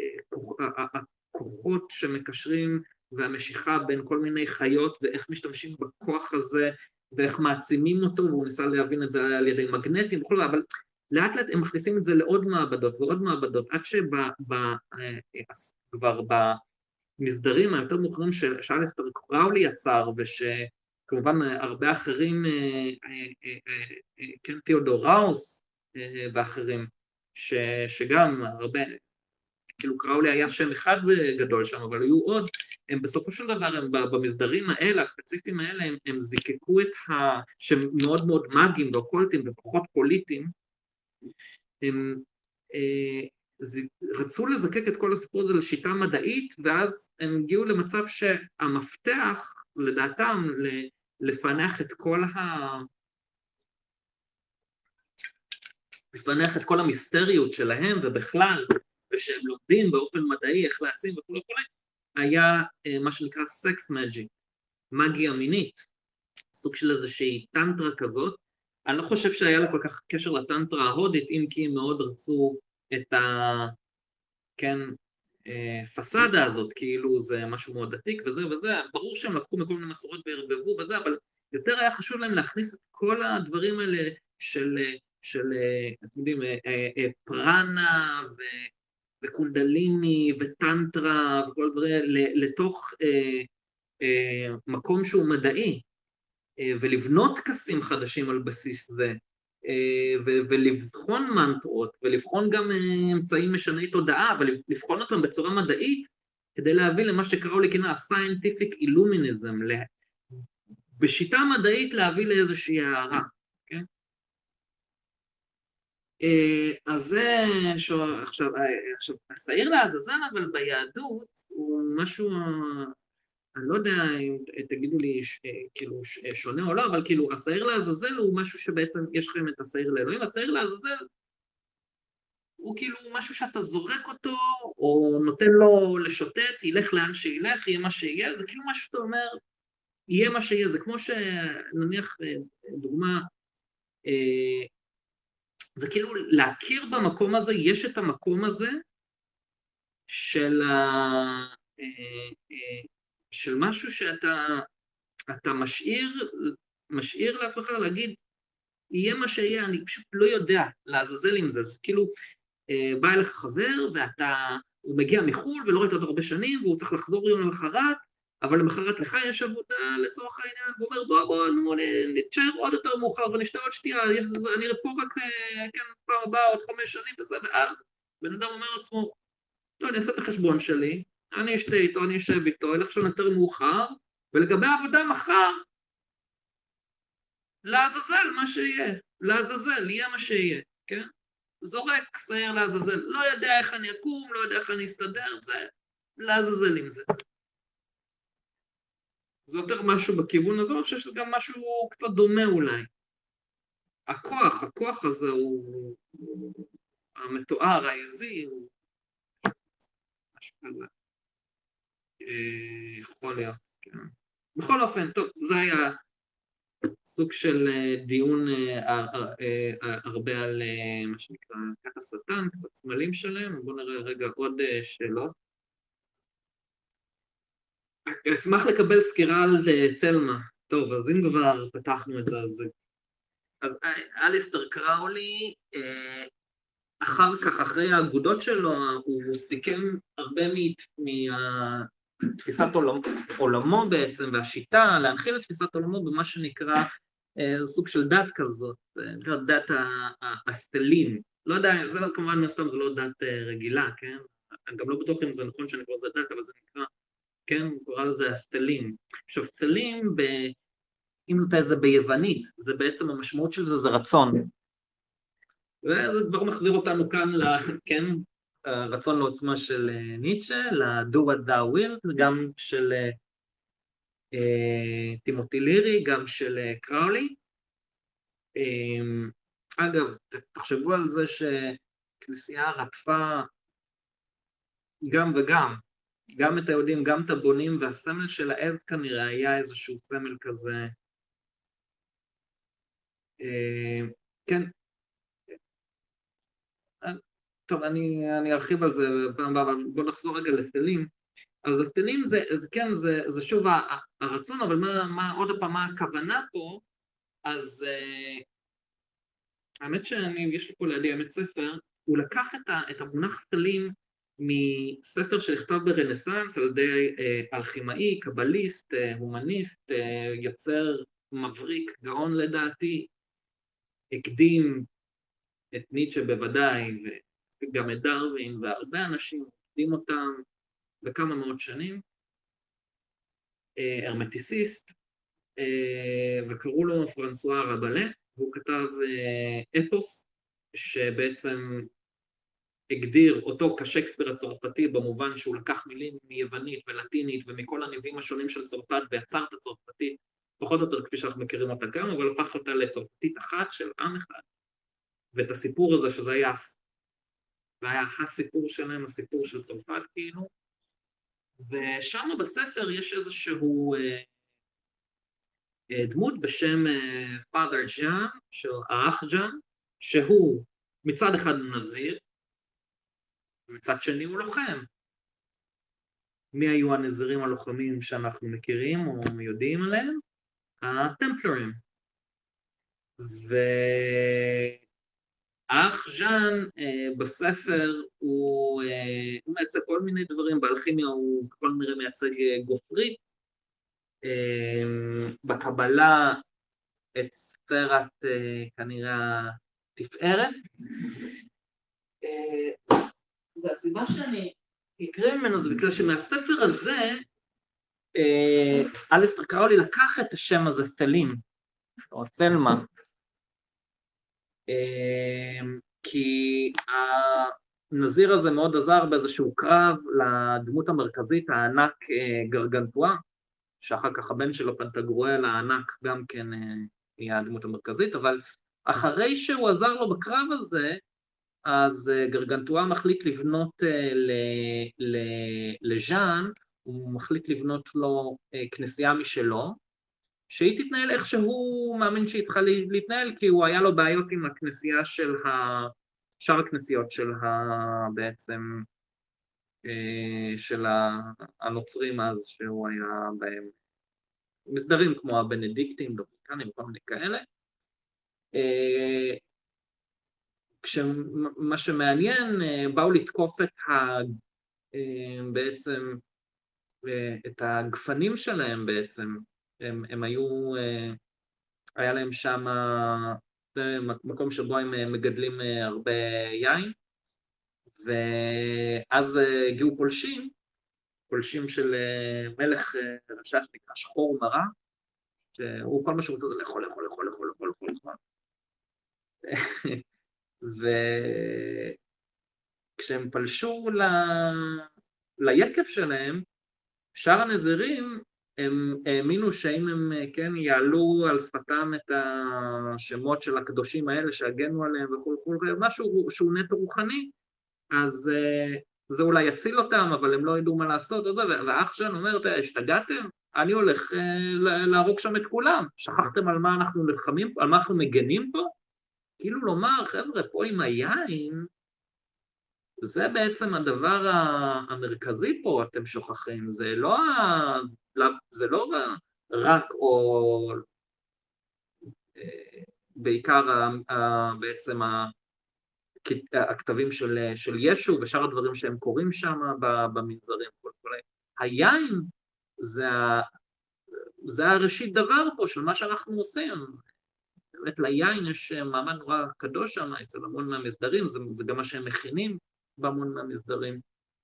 הכוחות שמקשרים והמשיכה בין כל מיני חיות, ואיך משתמשים בכוח הזה, ואיך מעצימים אותו, והוא ניסה להבין את זה על ידי מגנטים, וכל זה, אבל לאט לאט הם מכניסים את זה לעוד מעבדות ועוד מעבדות, עד שכבר במסדרים היותר מוכרים שאלסטר קראולי יצר, ושכמובן הרבה אחרים, כן, תיאודור ראוס ואחרים, שגם הרבה, כאילו קראולי היה שם אחד גדול שם, אבל היו עוד, הם בסופו של דבר, הם במסדרים האלה, הספציפיים האלה, הם, הם זיקקו את ה... שהם מאוד מאוד מאגיים ואוקולטיים וכוחות פוליטיים, הם אה, ז... רצו לזקק את כל הסיפור הזה לשיטה מדעית, ואז הם הגיעו למצב שהמפתח, לדעתם, לפענח את כל ה... לפענח את כל המיסטריות שלהם, ובכלל, ושהם לומדים באופן מדעי איך להעצים וכו' וכו', היה מה שנקרא סקס מג'יק, מגיה מינית, סוג של איזושהי טנטרה כזאת. אני לא חושב שהיה לה כל כך קשר לטנטרה ההודית, אם כי הם מאוד רצו את ה... כן, פסאדה הזאת, כאילו זה משהו מאוד עתיק וזה וזה, ברור שהם לקחו מכל מיני מסורות והרבבו וזה, אבל יותר היה חשוב להם להכניס את כל הדברים האלה של, של אתם יודעים, פרנה ו... וקונדליני וטנטרה וכל דברים, לתוך מקום שהוא מדעי, ולבנות טקסים חדשים על בסיס זה, ולבחון מנטרות, ולבחון גם אמצעים משני תודעה, ולבחון אותם בצורה מדעית, כדי להביא למה שקראו לכינה scientific illuminism, בשיטה מדעית להביא לאיזושהי הערה, כן? אז זה, עכשיו, עכשיו, השעיר לעזאזל, אבל ביהדות הוא משהו, אני לא יודע אם תגידו לי כאילו שונה או לא, אבל כאילו השעיר לעזאזל הוא משהו שבעצם יש לכם את השעיר לאלוהים, השעיר לעזאזל הוא כאילו משהו שאתה זורק אותו, או נותן לו לשוטט, ילך לאן שילך, יהיה מה שיהיה, זה כאילו משהו שאתה אומר, יהיה מה שיהיה, זה כמו שנניח דוגמה, זה כאילו להכיר במקום הזה, יש את המקום הזה של, ה... של משהו שאתה אתה משאיר, משאיר לעצמך להגיד, יהיה מה שיהיה, אני פשוט לא יודע לעזאזל עם זה, זה כאילו בא אליך חבר ואתה, הוא מגיע מחול ולא ראית אותו הרבה שנים והוא צריך לחזור יום למחרת, אבל למחרת לך יש עבודה לצורך העניין, והוא אומר בוא בוא נו, נתשאר עוד יותר מאוחר ונשתה עוד שתייה, אני פה רק כן, פעם הבאה עוד חמש שנים וזה, ואז בן אדם אומר לעצמו, טוב אני אעשה את החשבון שלי, אני אשתה איתו, אני אשב איתו, אלך שם יותר מאוחר, ולגבי העבודה מחר, לעזאזל מה שיהיה, לעזאזל, יהיה מה שיהיה, כן? זורק, שעיר לעזאזל, לא יודע איך אני אקום, לא יודע איך אני אסתדר, זה לעזאזל עם זה. זה יותר משהו בכיוון הזה, אני חושב שזה גם משהו קצת דומה אולי. הכוח, הכוח הזה הוא, המתואר, העזי, הוא משהו כזה. יכול להיות, כן. בכל אופן, טוב, זה היה סוג של דיון הרבה על מה שנקרא כת השטן, קצת סמלים שלהם, בואו נראה רגע עוד שאלות. אשמח לקבל סקירה על תלמה. טוב, אז אם כבר פתחנו את זה, אז, אז אליסטר קראולי, אחר כך, אחרי האגודות שלו, הוא סיכם הרבה מתפיסת עולמו בעצם, והשיטה להנחיל את תפיסת עולמו במה שנקרא סוג של דת כזאת, נקרא דת האפתלים. לא יודע, זה לא, כמובן מסתם, זה לא דת רגילה, כן? אני גם לא בטוח אם זה נכון שאני קורא לזה דת, אבל זה נקרא, כן, הוא קורא לזה אפתלים. עכשיו, אפתלים, ב... אם נותן את זה ביוונית, זה בעצם המשמעות של זה, זה רצון. וזה כבר מחזיר אותנו כאן, כן, הרצון לעוצמה של ניטשה, ל-do what thou will, גם של טימותי לירי, גם של קראולי. אגב, תחשבו על זה שכנסייה רדפה גם וגם, גם את היהודים, גם את הבונים, והסמל של העז כנראה היה איזשהו סמל כזה. כן. טוב, אני, אני ארחיב על זה פעם הבאה, אבל בואו נחזור רגע לפתלים. אז הפתלים זה, זה כן, זה, זה שוב הרצון, אבל מה, מה, עוד פעם, מה הכוונה פה, אז uh, האמת שאני, יש לי פה לידי האמת ספר, הוא לקח את, ה, את המונח פתלים מספר שנכתב ברנסנס על ידי uh, אלכימאי, קבליסט, uh, הומניסט, uh, יוצר מבריק, גאון לדעתי, הקדים את ניטשה בוודאי, וגם את דרווין, והרבה אנשים הקדים אותם בכמה מאות שנים, הרמטיסיסט, וקראו לו פרנסואה רבלה, והוא כתב אפוס, שבעצם הגדיר אותו כשייקספיר הצרפתי, במובן שהוא לקח מילים מיוונית ולטינית, ומכל הנביאים השונים של צרפת, ויצר את הצרפתית, פחות או יותר כפי שאנחנו מכירים אותה גם, אבל הפך אותה לצרפתית אחת של עם אחד. ואת הסיפור הזה, שזה היה, זה היה הסיפור שלהם, הסיפור של צרפת כאילו, ושם בספר יש איזשהו אה, אה, דמות בשם אה, Father John, של האח ג'אן, שהוא מצד אחד נזיר, ומצד שני הוא לוחם. מי היו הנזירים הלוחמים שאנחנו מכירים או יודעים עליהם? הטמפלרים. ו... האח ז'אן אה, בספר הוא, אה, הוא מייצג כל מיני דברים, באלכימיה הוא כל מיני מייצג אה, גופרית, בקבלה את ספירת כנראה התפארת. והסיבה שאני אקרא ממנו זה בגלל שמהספר הזה, אליסטר קראולי לקח את השם הזה תלים, או תלמה, כי הנזיר הזה מאוד עזר באיזשהו קרב לדמות המרכזית, הענק גרגנטואה, שאחר כך הבן שלו פנטגרואל הענק גם כן יהיה הדמות המרכזית, אבל אחרי שהוא עזר לו בקרב הזה, אז גרגנטואה מחליט לבנות לז'אן, הוא מחליט לבנות לו כנסייה משלו, שהיא תתנהל איך שהוא מאמין שהיא צריכה להתנהל, כי הוא היה לו בעיות עם הכנסייה של שאר הכנסיות של בעצם, של הנוצרים אז, שהוא היה בהם מסדרים כמו הבנדיקטים, דומיניקנים, כל מיני כאלה. כשמה שמעניין, באו לתקוף את ה... בעצם, את הגפנים שלהם בעצם, הם, הם היו, היה להם שם מקום שבו הם מגדלים הרבה יין, ואז הגיעו פולשים, פולשים של מלך רשע שנקרא שחור מרע, שהוא כל מה שהוא רוצה זה לאכול, לאכול, לאכול, לאכול, לאכול, לאכול, לאכול. וכשהם פלשו ל... ליקב שלהם, שאר הנזירים, הם האמינו שאם הם כן יעלו על שפתם את השמות של הקדושים האלה שהגנו עליהם וכל כל משהו שהוא נטו רוחני, אז זה אולי יציל אותם, אבל הם לא ידעו מה לעשות, והאח שלנו אומר, השתגעתם? אני הולך להרוג שם את כולם, שכחתם על מה אנחנו נלחמים, על מה אנחנו מגנים פה? כאילו לומר, חבר'ה, פה עם היין, זה בעצם הדבר המרכזי פה, אתם שוכחים, זה לא, זה לא רק או בעיקר בעצם הכתבים של, של ישו ושאר הדברים שהם קוראים שם במנזרים. היין זה, זה הראשית דבר פה של מה שאנחנו עושים. באמת ליין יש מעמד נורא קדוש שם אצל המון מהמסדרים, זה, זה גם מה שהם מכינים בהמון מהמסדרים.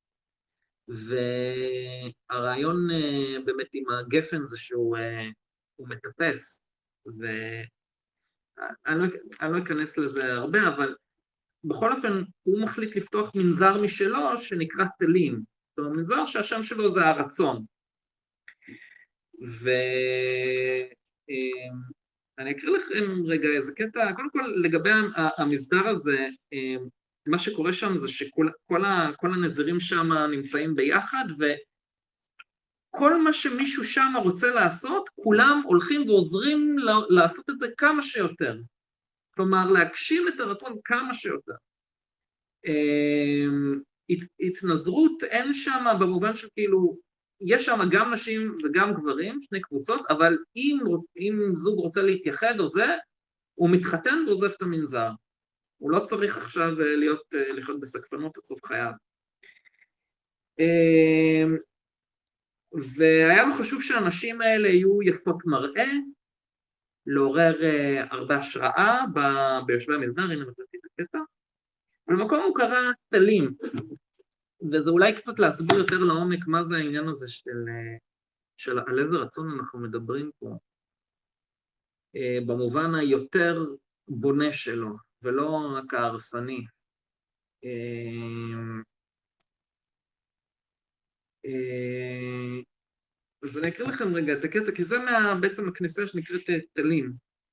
והרעיון באמת עם הגפן זה שהוא מטפס, ואני לא, אני לא אכנס לזה הרבה, אבל בכל אופן הוא מחליט לפתוח מנזר משלו שנקרא תלים, זאת אומרת מנזר שהשם שלו זה הרצון. ואני אקריא לכם רגע איזה קטע, קודם כל לגבי המסדר הזה, מה שקורה שם זה שכל כל ה, כל הנזירים שם נמצאים ביחד, וכל מה שמישהו שם רוצה לעשות, כולם הולכים ועוזרים לעשות את זה כמה שיותר. כלומר, להגשים את הרצון כמה שיותר. התנזרות אין שם במובן שכאילו, יש שם גם נשים וגם גברים, שני קבוצות, אבל אם, אם זוג רוצה להתייחד או זה, הוא מתחתן ועוזב את המנזר. הוא לא צריך עכשיו להיות, לחיות בסקפנות עד סוף חייו. והיה לו חשוב שהאנשים האלה יהיו יפות מראה, לעורר הרבה השראה ביושבי המסדר, הנה נתתי את הקטע. במקום הוא קרא תלים, וזה אולי קצת להסביר יותר לעומק מה זה העניין הזה של, של על איזה רצון אנחנו מדברים פה, במובן היותר בונה שלו, ולא רק ההרסני. אז אני אקריא לכם רגע את הקטע, כי זה בעצם הכניסה שנקראת תלים.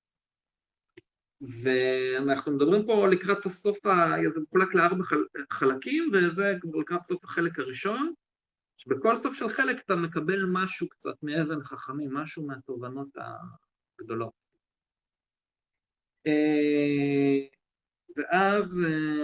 ואנחנו מדברים פה לקראת הסוף, זה מחולק לארבע חלקים, וזה לקראת סוף החלק הראשון, שבכל סוף של חלק אתה מקבל משהו קצת מאבן חכמים, משהו מהתובנות הגדולות. ואז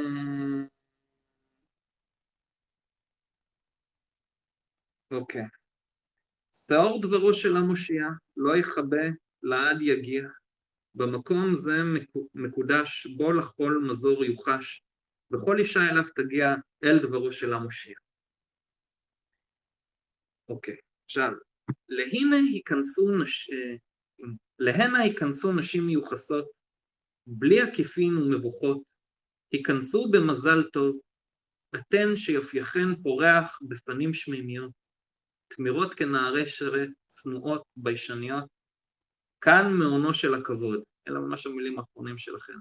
אוקיי. שעור דברו של המושיע לא יכבה לעד יגיע, במקום זה מקודש בו לכל מזור יוחש, וכל אישה אליו תגיע אל דברו של המושיע. אוקיי, עכשיו להנה היכנסו, נש... להנה היכנסו נשים מיוחסות, בלי עקיפין ומבוכות, היכנסו במזל טוב, אתן שיופייכן פורח בפנים שמימיות, תמירות כנערי שרת, צנועות, ביישניות, כאן מעונו של הכבוד. אלה ממש המילים האחרונים שלכם.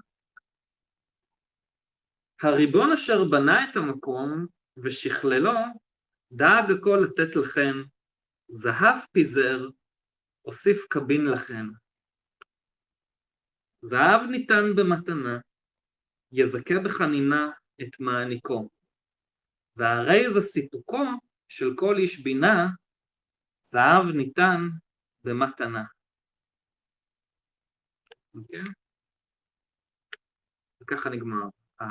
הריבון אשר בנה את המקום ושכללו, דאג הכל לתת לכן, זהב פיזר, הוסיף קבין לכן. זהב ניתן במתנה, יזכה בחנינה את מעניקו, והרי זה סיפוקו של כל איש בינה, זהב ניתן במתנה. אוקיי? וככה נגמר.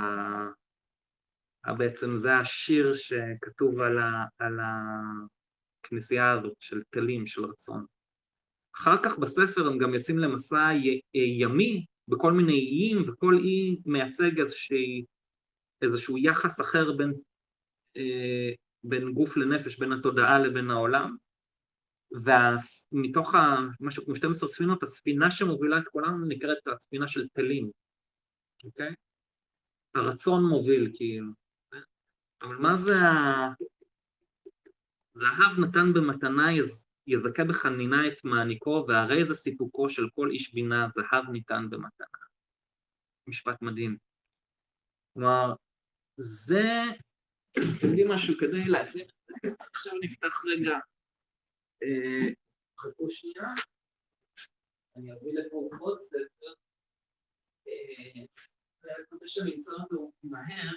בעצם זה השיר שכתוב על, ה, על הכנסייה הזאת של תלים, של רצון. אחר כך בספר הם גם יוצאים למסע ימי בכל מיני איים, וכל אי מייצג איזשהו, איזשהו יחס אחר בין, אה, בין גוף לנפש, בין התודעה לבין העולם. ומתוך משהו כמו שתים עשרה ספינות, הספינה שמובילה את כולם נקראת הספינה של תלים. אוקיי? הרצון מוביל, כאילו. אבל מה זה ה... זהב נתן במתנה, יז... יזכה בחנינה את מעניקו, והרי זה סיפוקו של כל איש בינה, זהב ניתן במתנה. משפט מדהים. כלומר, זה... תגידי משהו כדי להציג את זה. עכשיו נפתח רגע. אה... חכו שנייה. אני אביא לפה עוד ספר. אה... אני חושב שנמצא אותו מהר.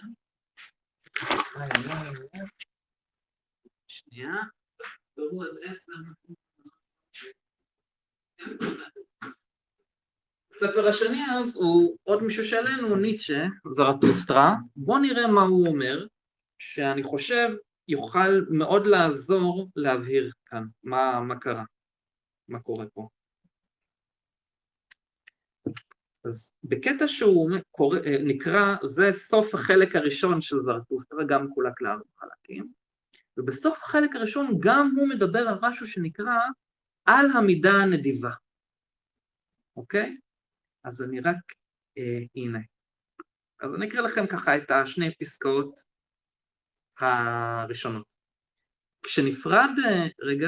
שנייה. תראו עד עשר. הספר השני אז הוא עוד מישהו שלנו, ניטשה, זרטוסטרה. בואו נראה מה הוא אומר, שאני חושב יוכל מאוד לעזור להבהיר כאן מה, מה קרה, מה קורה פה. אז בקטע שהוא קורא, נקרא, זה סוף החלק הראשון של זרטוסטרה, גם חולק לארבעה חלקים, ובסוף החלק הראשון גם הוא מדבר על משהו שנקרא על המידה הנדיבה. אוקיי? אז אני רק, אה, הנה. אז אני אקרא לכם ככה את השני פסקאות הראשונות. כשנפרד, רגע,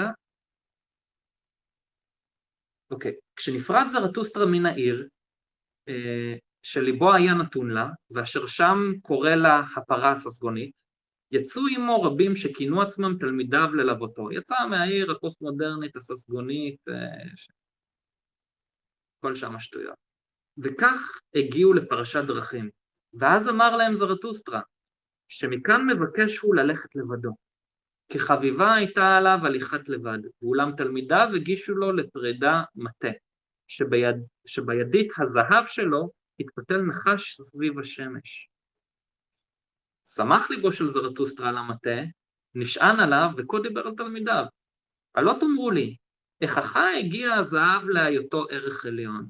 אוקיי, כשנפרד זרטוסטרה מן העיר, שליבו היה נתון לה, ואשר שם קורא לה הפרה הססגונית, יצאו עמו רבים שכינו עצמם תלמידיו ללוותו. יצא מהעיר הפוסט-מודרנית, הססגונית, כל שם השטויות. וכך הגיעו לפרשת דרכים. ואז אמר להם זרטוסטרה, שמכאן מבקש הוא ללכת לבדו. כי חביבה הייתה עליו הליכת לבד, ואולם תלמידיו הגישו לו לפרידה מטה, שביד, שבידית הזהב שלו התפתל נחש סביב השמש. שמח ליבו של זרטוסטרה על המטה, נשען עליו וכה דיבר על תלמידיו. הלא תאמרו לי, איך הגיע הזהב להיותו ערך עליון?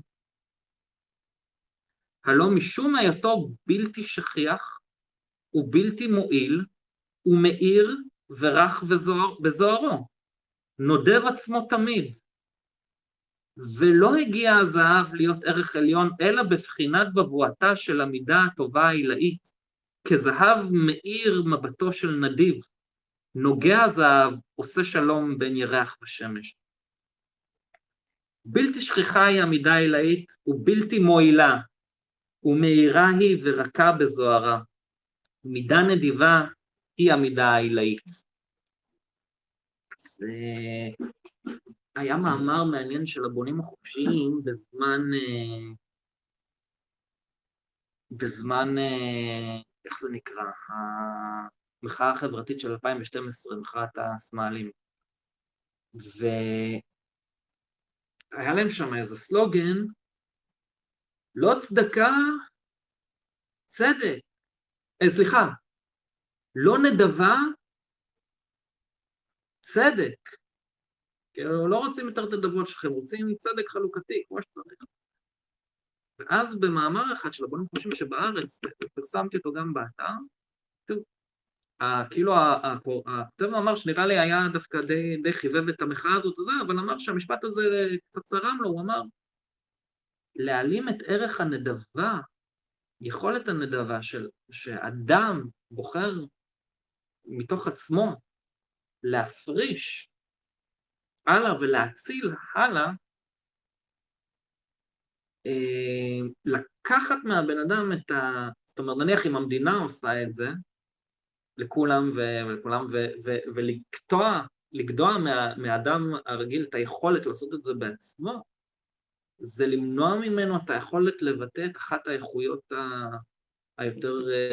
הלא משום היותו בלתי שכיח, ובלתי מועיל, ומאיר ורח בזוהרו, נודב עצמו תמיד, ולא הגיע הזהב להיות ערך עליון, אלא בבחינת בבואתה של המידה הטובה העילאית, כזהב מאיר מבטו של נדיב, נוגע הזהב, עושה שלום בין ירח בשמש. בלתי שכיחה היא המידה העילאית, ובלתי מועילה, ומאירה היא ורקה בזוהרה. מידה נדיבה היא המידה העילאית. זה היה מאמר מעניין של הבונים החופשיים בזמן, בזמן, איך זה נקרא? המחאה החברתית של אלפיים ושתים עשרה, מחאת הסמלים. והיה להם שם איזה סלוגן, לא צדקה, צדק. אה, סליחה, לא נדבה, צדק. כאילו, לא רוצים יותר את הדבות שלכם, רוצים צדק חלוקתי, כמו שצריך. ואז במאמר אחד של הבונים חושבים שבארץ, פרסמתי אותו גם באתר, טוב, כאילו הכותב מאמר שנראה לי היה דווקא די, די חיבב את המחאה הזאת וזה, אבל אמר שהמשפט הזה קצת צרם לו, הוא אמר, להעלים את ערך הנדבה, יכולת הנדבה של, שאדם בוחר מתוך עצמו להפריש הלאה ולהציל הלאה, לקחת מהבן אדם את ה... זאת אומרת, נניח אם המדינה עושה את זה, לכולם ולכולם, ולקטוע, לגדוע מה, מהאדם הרגיל את היכולת לעשות את זה בעצמו, זה למנוע ממנו את היכולת לבטא את אחת האיכויות ה... היותר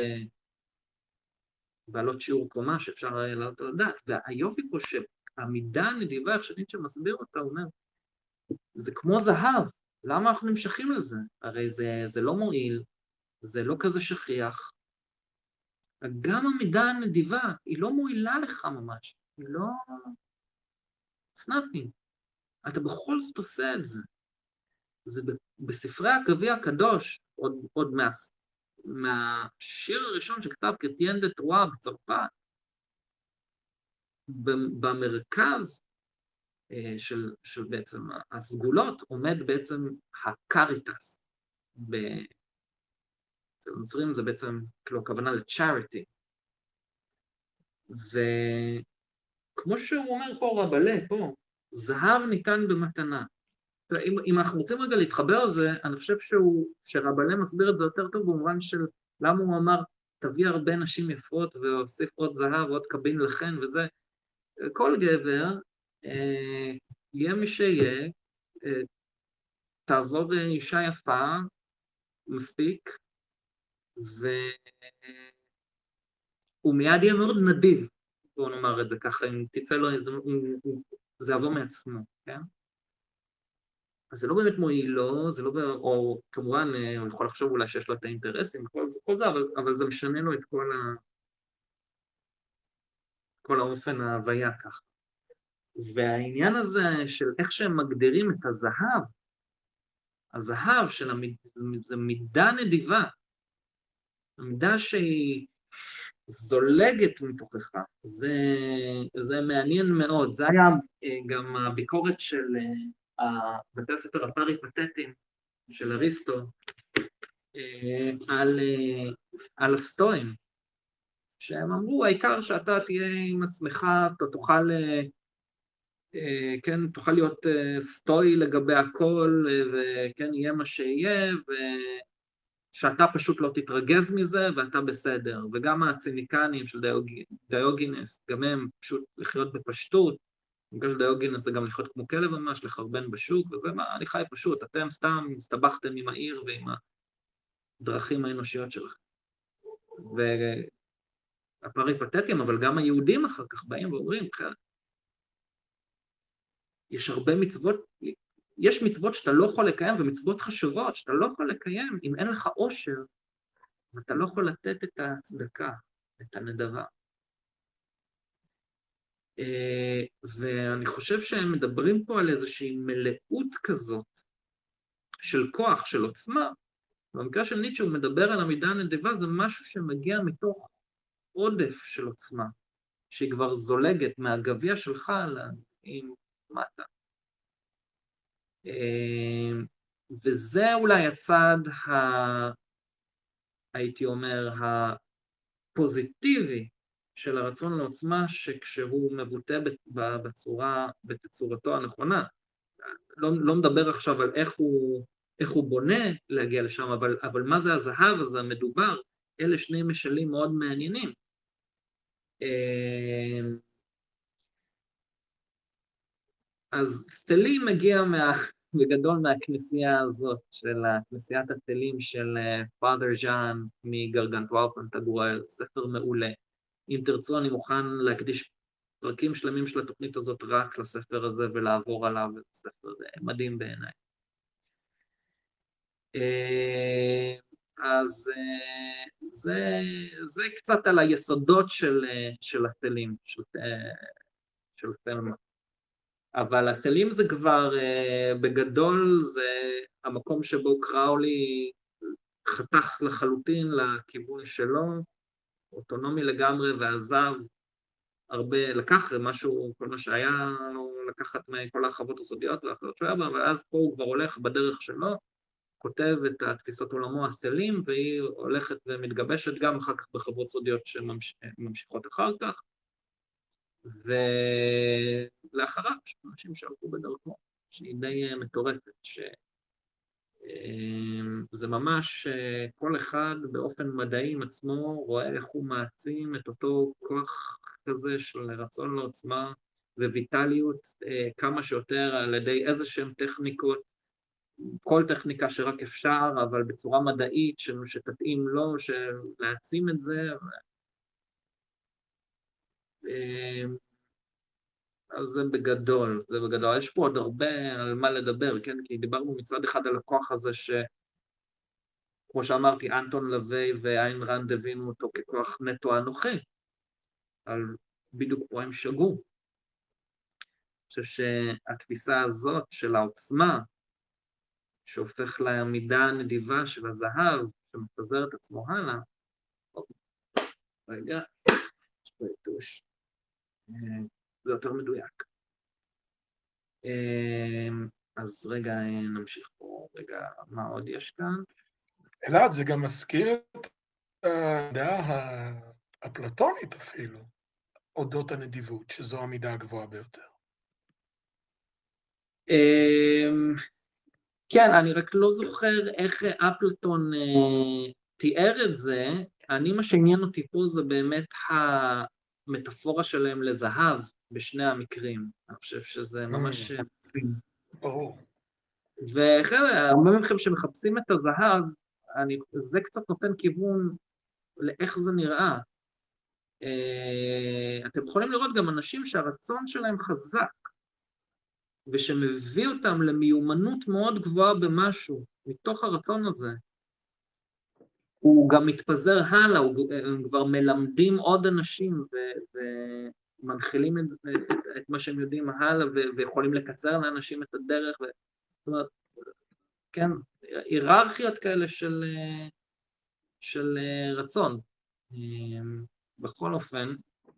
בעלות שיעור קומה שאפשר לעלות על הדעת. והיופי פה שהמידה הנדיבה, איך שניטשה מסביר אותה, הוא אומר, זה כמו זהב, למה אנחנו נמשכים לזה? הרי זה, זה לא מועיל, זה לא כזה שכיח. גם המידה הנדיבה, היא לא מועילה לך ממש, היא לא... It's nothing. אתה בכל זאת עושה את זה. זה בספרי הגביע הקדוש, עוד, עוד מה, מהשיר הראשון שכתב קרטיין דה טרואה בצרפת, במרכז של, של בעצם הסגולות עומד בעצם הקריטס. בנוצרים זה בעצם, כאילו, הכוונה ל-charity. וכמו שהוא אומר פה רבלה, פה, זהב ניתן במתנה. אם, אם אנחנו רוצים רגע להתחבר לזה, אני חושב שהוא, שרבלה מסביר את זה יותר טוב במובן של למה הוא אמר, תביא הרבה נשים יפות והוסיף עוד זהב ועוד קבין לכן וזה. כל גבר, אה, יהיה מי שיהיה, אה, תעבור אישה יפה, מספיק, והוא מיד יהיה מאוד נדיב, בואו נאמר את זה ככה, אם תצא לו הזדמנות, זה יבוא מעצמו, כן? אז זה לא באמת מועיל לו, זה לא, או כמובן, הוא יכול לחשוב אולי שיש לו את האינטרסים, כל זה, כל זה אבל, אבל זה משנה לו את כל, ה, כל האופן ההוויה ככה. והעניין הזה של איך שהם מגדירים את הזהב, הזהב של המיד, זה מידה נדיבה, המידה שהיא זולגת מתוכך, זה, זה מעניין מאוד. זה היה גם הביקורת של בתי הספר הפריפטטיים של אריסטו על, על הסטואים, שהם אמרו, העיקר שאתה תהיה עם עצמך, אתה תוכל, כן, תוכל להיות סטואי לגבי הכל, וכן, יהיה מה שיהיה, ושאתה פשוט לא תתרגז מזה, ואתה בסדר. וגם הציניקנים של דיוג... דיוגינס, גם הם פשוט לחיות בפשטות, בגלל שדיוגינס זה גם לחיות כמו כלב ממש, לחרבן בשוק, וזה מה, אני חי פשוט, אתם סתם הסתבכתם עם העיר ועם הדרכים האנושיות שלכם. והפריפטטיים, אבל גם היהודים אחר כך באים ואומרים, יש הרבה מצוות, יש מצוות שאתה לא יכול לקיים, ומצוות חשובות שאתה לא יכול לקיים, אם אין לך עושר, ואתה לא יכול לתת את הצדקה, את הנדבה. ואני חושב שהם מדברים פה על איזושהי מלאות כזאת, של כוח, של עוצמה. במקרה של ניטשה הוא מדבר על המידה הנדבה, זה משהו שמגיע מתוך עודף של עוצמה, שהיא כבר זולגת מהגביע שלך עם מטה. וזה אולי הצד, ה... הייתי אומר, הפוזיטיבי של הרצון לעוצמה, שכשהוא מבוטא בצורה, בתצורתו הנכונה. לא, לא מדבר עכשיו על איך הוא, איך הוא בונה להגיע לשם, אבל, אבל מה זה הזהב הזה המדובר? אלה שני משלים מאוד מעניינים. אז תלים מגיע מה, בגדול מהכנסייה הזאת, של כנסיית התלים של פאדר ז'אן מגרגנטואר פנטגורל, ספר מעולה. אם תרצו אני מוכן להקדיש פרקים שלמים של התוכנית הזאת רק לספר הזה ולעבור עליו, ספר מדהים בעיניי. אז זה, זה קצת על היסודות של, של התלים, של, של תלמה. אבל התלים זה כבר, בגדול, זה המקום שבו קראולי חתך לחלוטין לכיוון שלו, אוטונומי לגמרי ועזב הרבה, לקח משהו, כל מה שהיה, הוא לקחת מכל החוות הסודיות והאחרות שהוא היה בה, ואז פה הוא כבר הולך בדרך שלו, כותב את התפיסת עולמו הסלים, והיא הולכת ומתגבשת גם אחר כך בחברות סודיות שממשיכות אחר כך, ולאחריו, אנשים שהלכו בדרכו, שהיא די מטורפת, שזה ממש כל אחד באופן מדעי עם עצמו רואה איך הוא מעצים את אותו כוח כזה של רצון לעוצמה וויטליות כמה שיותר על ידי איזה שהן טכניקות, כל טכניקה שרק אפשר, אבל בצורה מדעית שתתאים לו, של להעצים את זה. אז זה בגדול, זה בגדול. יש פה עוד הרבה על מה לדבר, כן? כי דיברנו מצד אחד על הכוח הזה ש... כמו שאמרתי, אנטון לוי ואיין רנד הבינו אותו ככוח נטו אנוכי, אבל בדיוק פה הם שגו. אני חושב שהתפיסה הזאת של העוצמה, שהופך לעמידה הנדיבה של הזהב, שמפזר את עצמו הלאה, רגע, יש פה יתוש. זה יותר מדויק. אז רגע, נמשיך פה. רגע, מה עוד יש כאן? אלעד, זה גם מזכיר את הדעה האפלטונית אפילו, אודות הנדיבות, שזו המידה הגבוהה ביותר. כן, אני רק לא זוכר איך אפלטון תיאר את זה. אני, מה שעניין אותי פה זה באמת המטאפורה שלהם לזהב בשני המקרים. אני חושב שזה ממש... ברור. ואחרי, הרבה מכם שמחפשים את הזהב, אני, זה קצת נותן כיוון לאיך זה נראה. אתם יכולים לראות גם אנשים שהרצון שלהם חזק, ושמביא אותם למיומנות מאוד גבוהה במשהו, מתוך הרצון הזה. הוא גם מתפזר הלאה, הם כבר מלמדים עוד אנשים, ומנחילים את, את, את מה שהם יודעים הלאה, ויכולים לקצר לאנשים את הדרך, ו... זאת אומרת, כן, היררכיות כאלה של, של רצון. בכל אופן,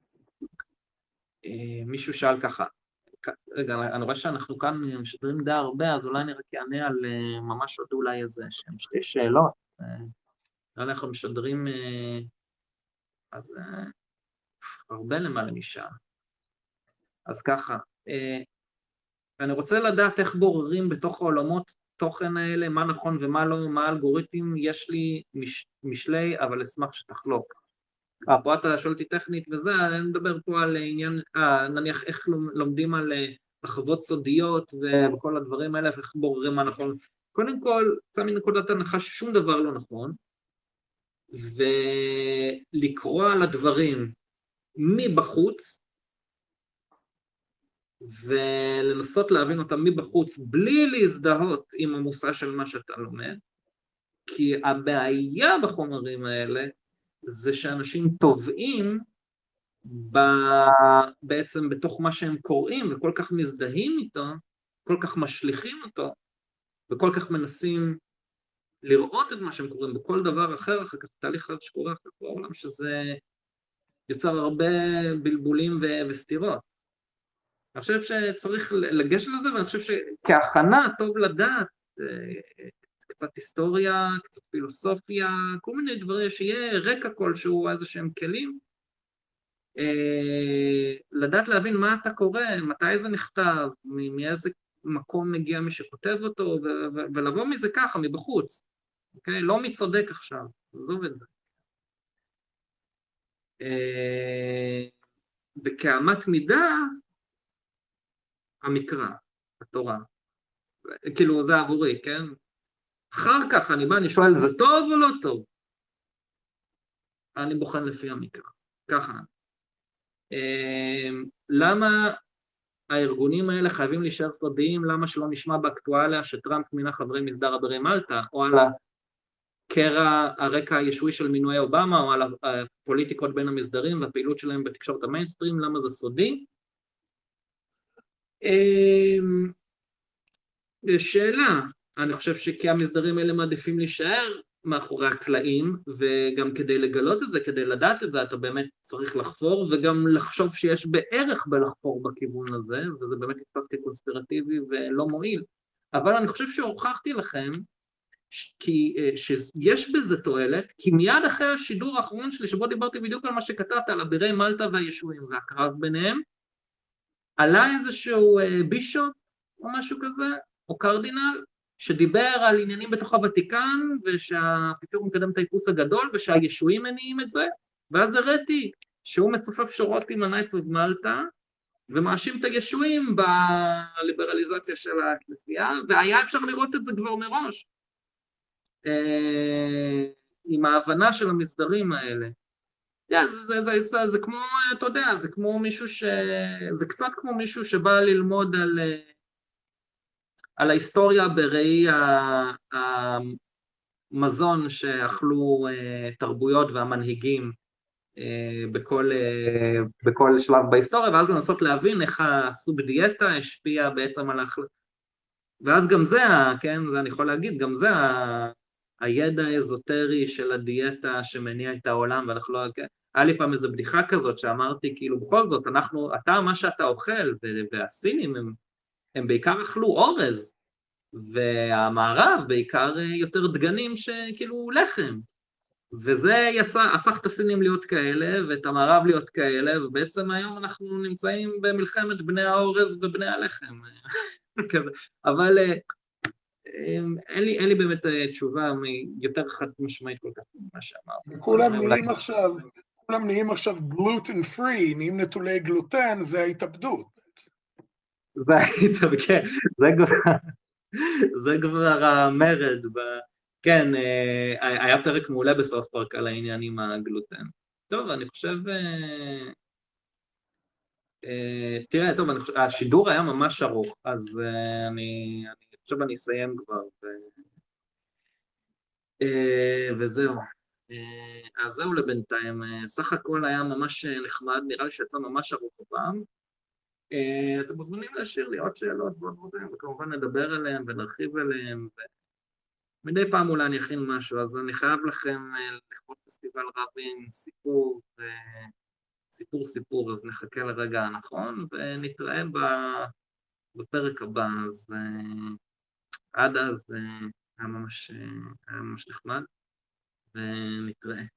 מישהו שאל ככה, רגע, אני רואה שאנחנו כאן משדרים די הרבה, אז אולי אני רק אענה על ממש עוד אולי איזה שהם שתי שאלות. אנחנו משדרים, אז הרבה למעלה משעה. אז ככה, אני רוצה לדעת איך בוררים בתוך העולמות תוכן האלה, מה נכון ומה לא, מה האלגוריתם, יש לי מש, משלי, אבל אשמח שתחלוק. אה, פה אתה שואל אותי טכנית וזה, אני מדבר פה על עניין, אה, נניח איך לומדים על החוות סודיות וכל הדברים האלה, ואיך בוררים מה נכון. קודם כל, צא מנקודת הנחה ששום דבר לא נכון, ולקרוא על הדברים מבחוץ, ולנסות להבין אותם מבחוץ, בלי להזדהות עם המושא של מה שאתה לומד, כי הבעיה בחומרים האלה, זה שאנשים טובעים ב... בעצם בתוך מה שהם קוראים, וכל כך מזדהים איתו, כל כך משליכים אותו, וכל כך מנסים לראות את מה שהם קוראים בכל דבר אחר, אחר כך תהליך אחר שקורה אחר כך בעולם, שזה יוצר הרבה בלבולים ו... וסתירות. אני חושב שצריך לגשת לזה, ואני חושב שכהכנה טוב לדעת, קצת היסטוריה, קצת פילוסופיה, כל מיני דברים, שיהיה רקע כלשהו, איזה שהם כלים, לדעת להבין מה אתה קורא, מתי זה נכתב, מאיזה מקום מגיע מי שכותב אותו, ולבוא מזה ככה, מבחוץ, אוקיי? לא מי צודק עכשיו, עזוב את זה. וכאמת מידה, המקרא, התורה, כאילו זה עבורי, כן? אחר כך אני בא, אני שואל, זה טוב או לא טוב? אני בוחן לפי המקרא, ככה. למה הארגונים האלה חייבים להישאר סודיים? למה שלא נשמע באקטואליה שטראמפ מינה חברי מסדר הברי מלטה, או על הקרע, הרקע הישועי של מינוי אובמה, או על הפוליטיקות בין המסדרים והפעילות שלהם בתקשורת המיינסטרים, למה זה סודי? שאלה, אני חושב שכי המסדרים האלה מעדיפים להישאר, מאחורי הקלעים, וגם כדי לגלות את זה, כדי לדעת את זה, אתה באמת צריך לחפור, וגם לחשוב שיש בערך בלחפור בכיוון הזה, וזה באמת נתפס כקונספירטיבי ולא מועיל. אבל אני חושב שהוכחתי לכם, כי, שיש בזה תועלת, כי מיד אחרי השידור האחרון שלי, שבו דיברתי בדיוק על מה שכתבת, על אבירי מלטה והישועים והקרב ביניהם, עלה איזשהו בישופ או משהו כזה, או קרדינל, שדיבר על עניינים בתוך הוותיקן, ושהאפיפיור מקדם את האיפוס הגדול, ושהישועים מניעים את זה, ואז הראיתי שהוא מצופף שורות עם הנייטס אוף מלטה, ומאשים את הישועים בליברליזציה של הכנסייה, והיה אפשר לראות את זה כבר מראש, עם ההבנה של המסדרים האלה. Yeah, זה, זה, זה, זה, זה כמו, אתה יודע, זה כמו מישהו ש... זה קצת כמו מישהו שבא ללמוד על, על ההיסטוריה בראי המזון שאכלו תרבויות והמנהיגים בכל, בכל שלב בהיסטוריה, ואז לנסות להבין איך הסוג דיאטה השפיע בעצם על ההחלטה. ואז גם זה, כן, זה אני יכול להגיד, גם זה ה... הידע האזוטרי של הדיאטה שמניע את העולם, ואנחנו לא... היה לי פעם איזו בדיחה כזאת שאמרתי, כאילו, בכל זאת, אנחנו, אתה, מה שאתה אוכל, והסינים, הם, הם בעיקר אכלו אורז, והמערב בעיקר יותר דגנים שכאילו לחם, וזה יצא, הפך את הסינים להיות כאלה, ואת המערב להיות כאלה, ובעצם היום אנחנו נמצאים במלחמת בני האורז ובני הלחם. אבל... אין לי, אין לי באמת תשובה יותר חד משמעית כל כך ממה שאמרת. כולם נהיים עכשיו, כולם נהיים עכשיו גלוטן פרי, נהיים נטולי גלוטן, זה ההתאבדות. זה ההתאבדות, כן, זה כבר, זה כבר המרד. כן, היה פרק מעולה בסוף פרק על העניין עם הגלוטן. טוב, אני חושב, תראה, טוב, השידור היה ממש ארוך, אז אני... עכשיו אני אסיים כבר, ו... וזהו. אז זהו לבינתיים, סך הכל היה ממש נחמד, נראה לי שיצא ממש ארוך הפעם. אתם מוזמנים להשאיר לי עוד שאלות ועוד דברים, וכמובן נדבר עליהם ונרחיב עליהם, ומדי פעם אולי אני אכין משהו, אז אני חייב לכם לכבוד פסטיבל רבין, סיפור, סיפור סיפור, אז נחכה לרגע הנכון, ונתראה בפרק הבא, אז... עד אז היה ממש, היה ממש נחמד, ונתראה.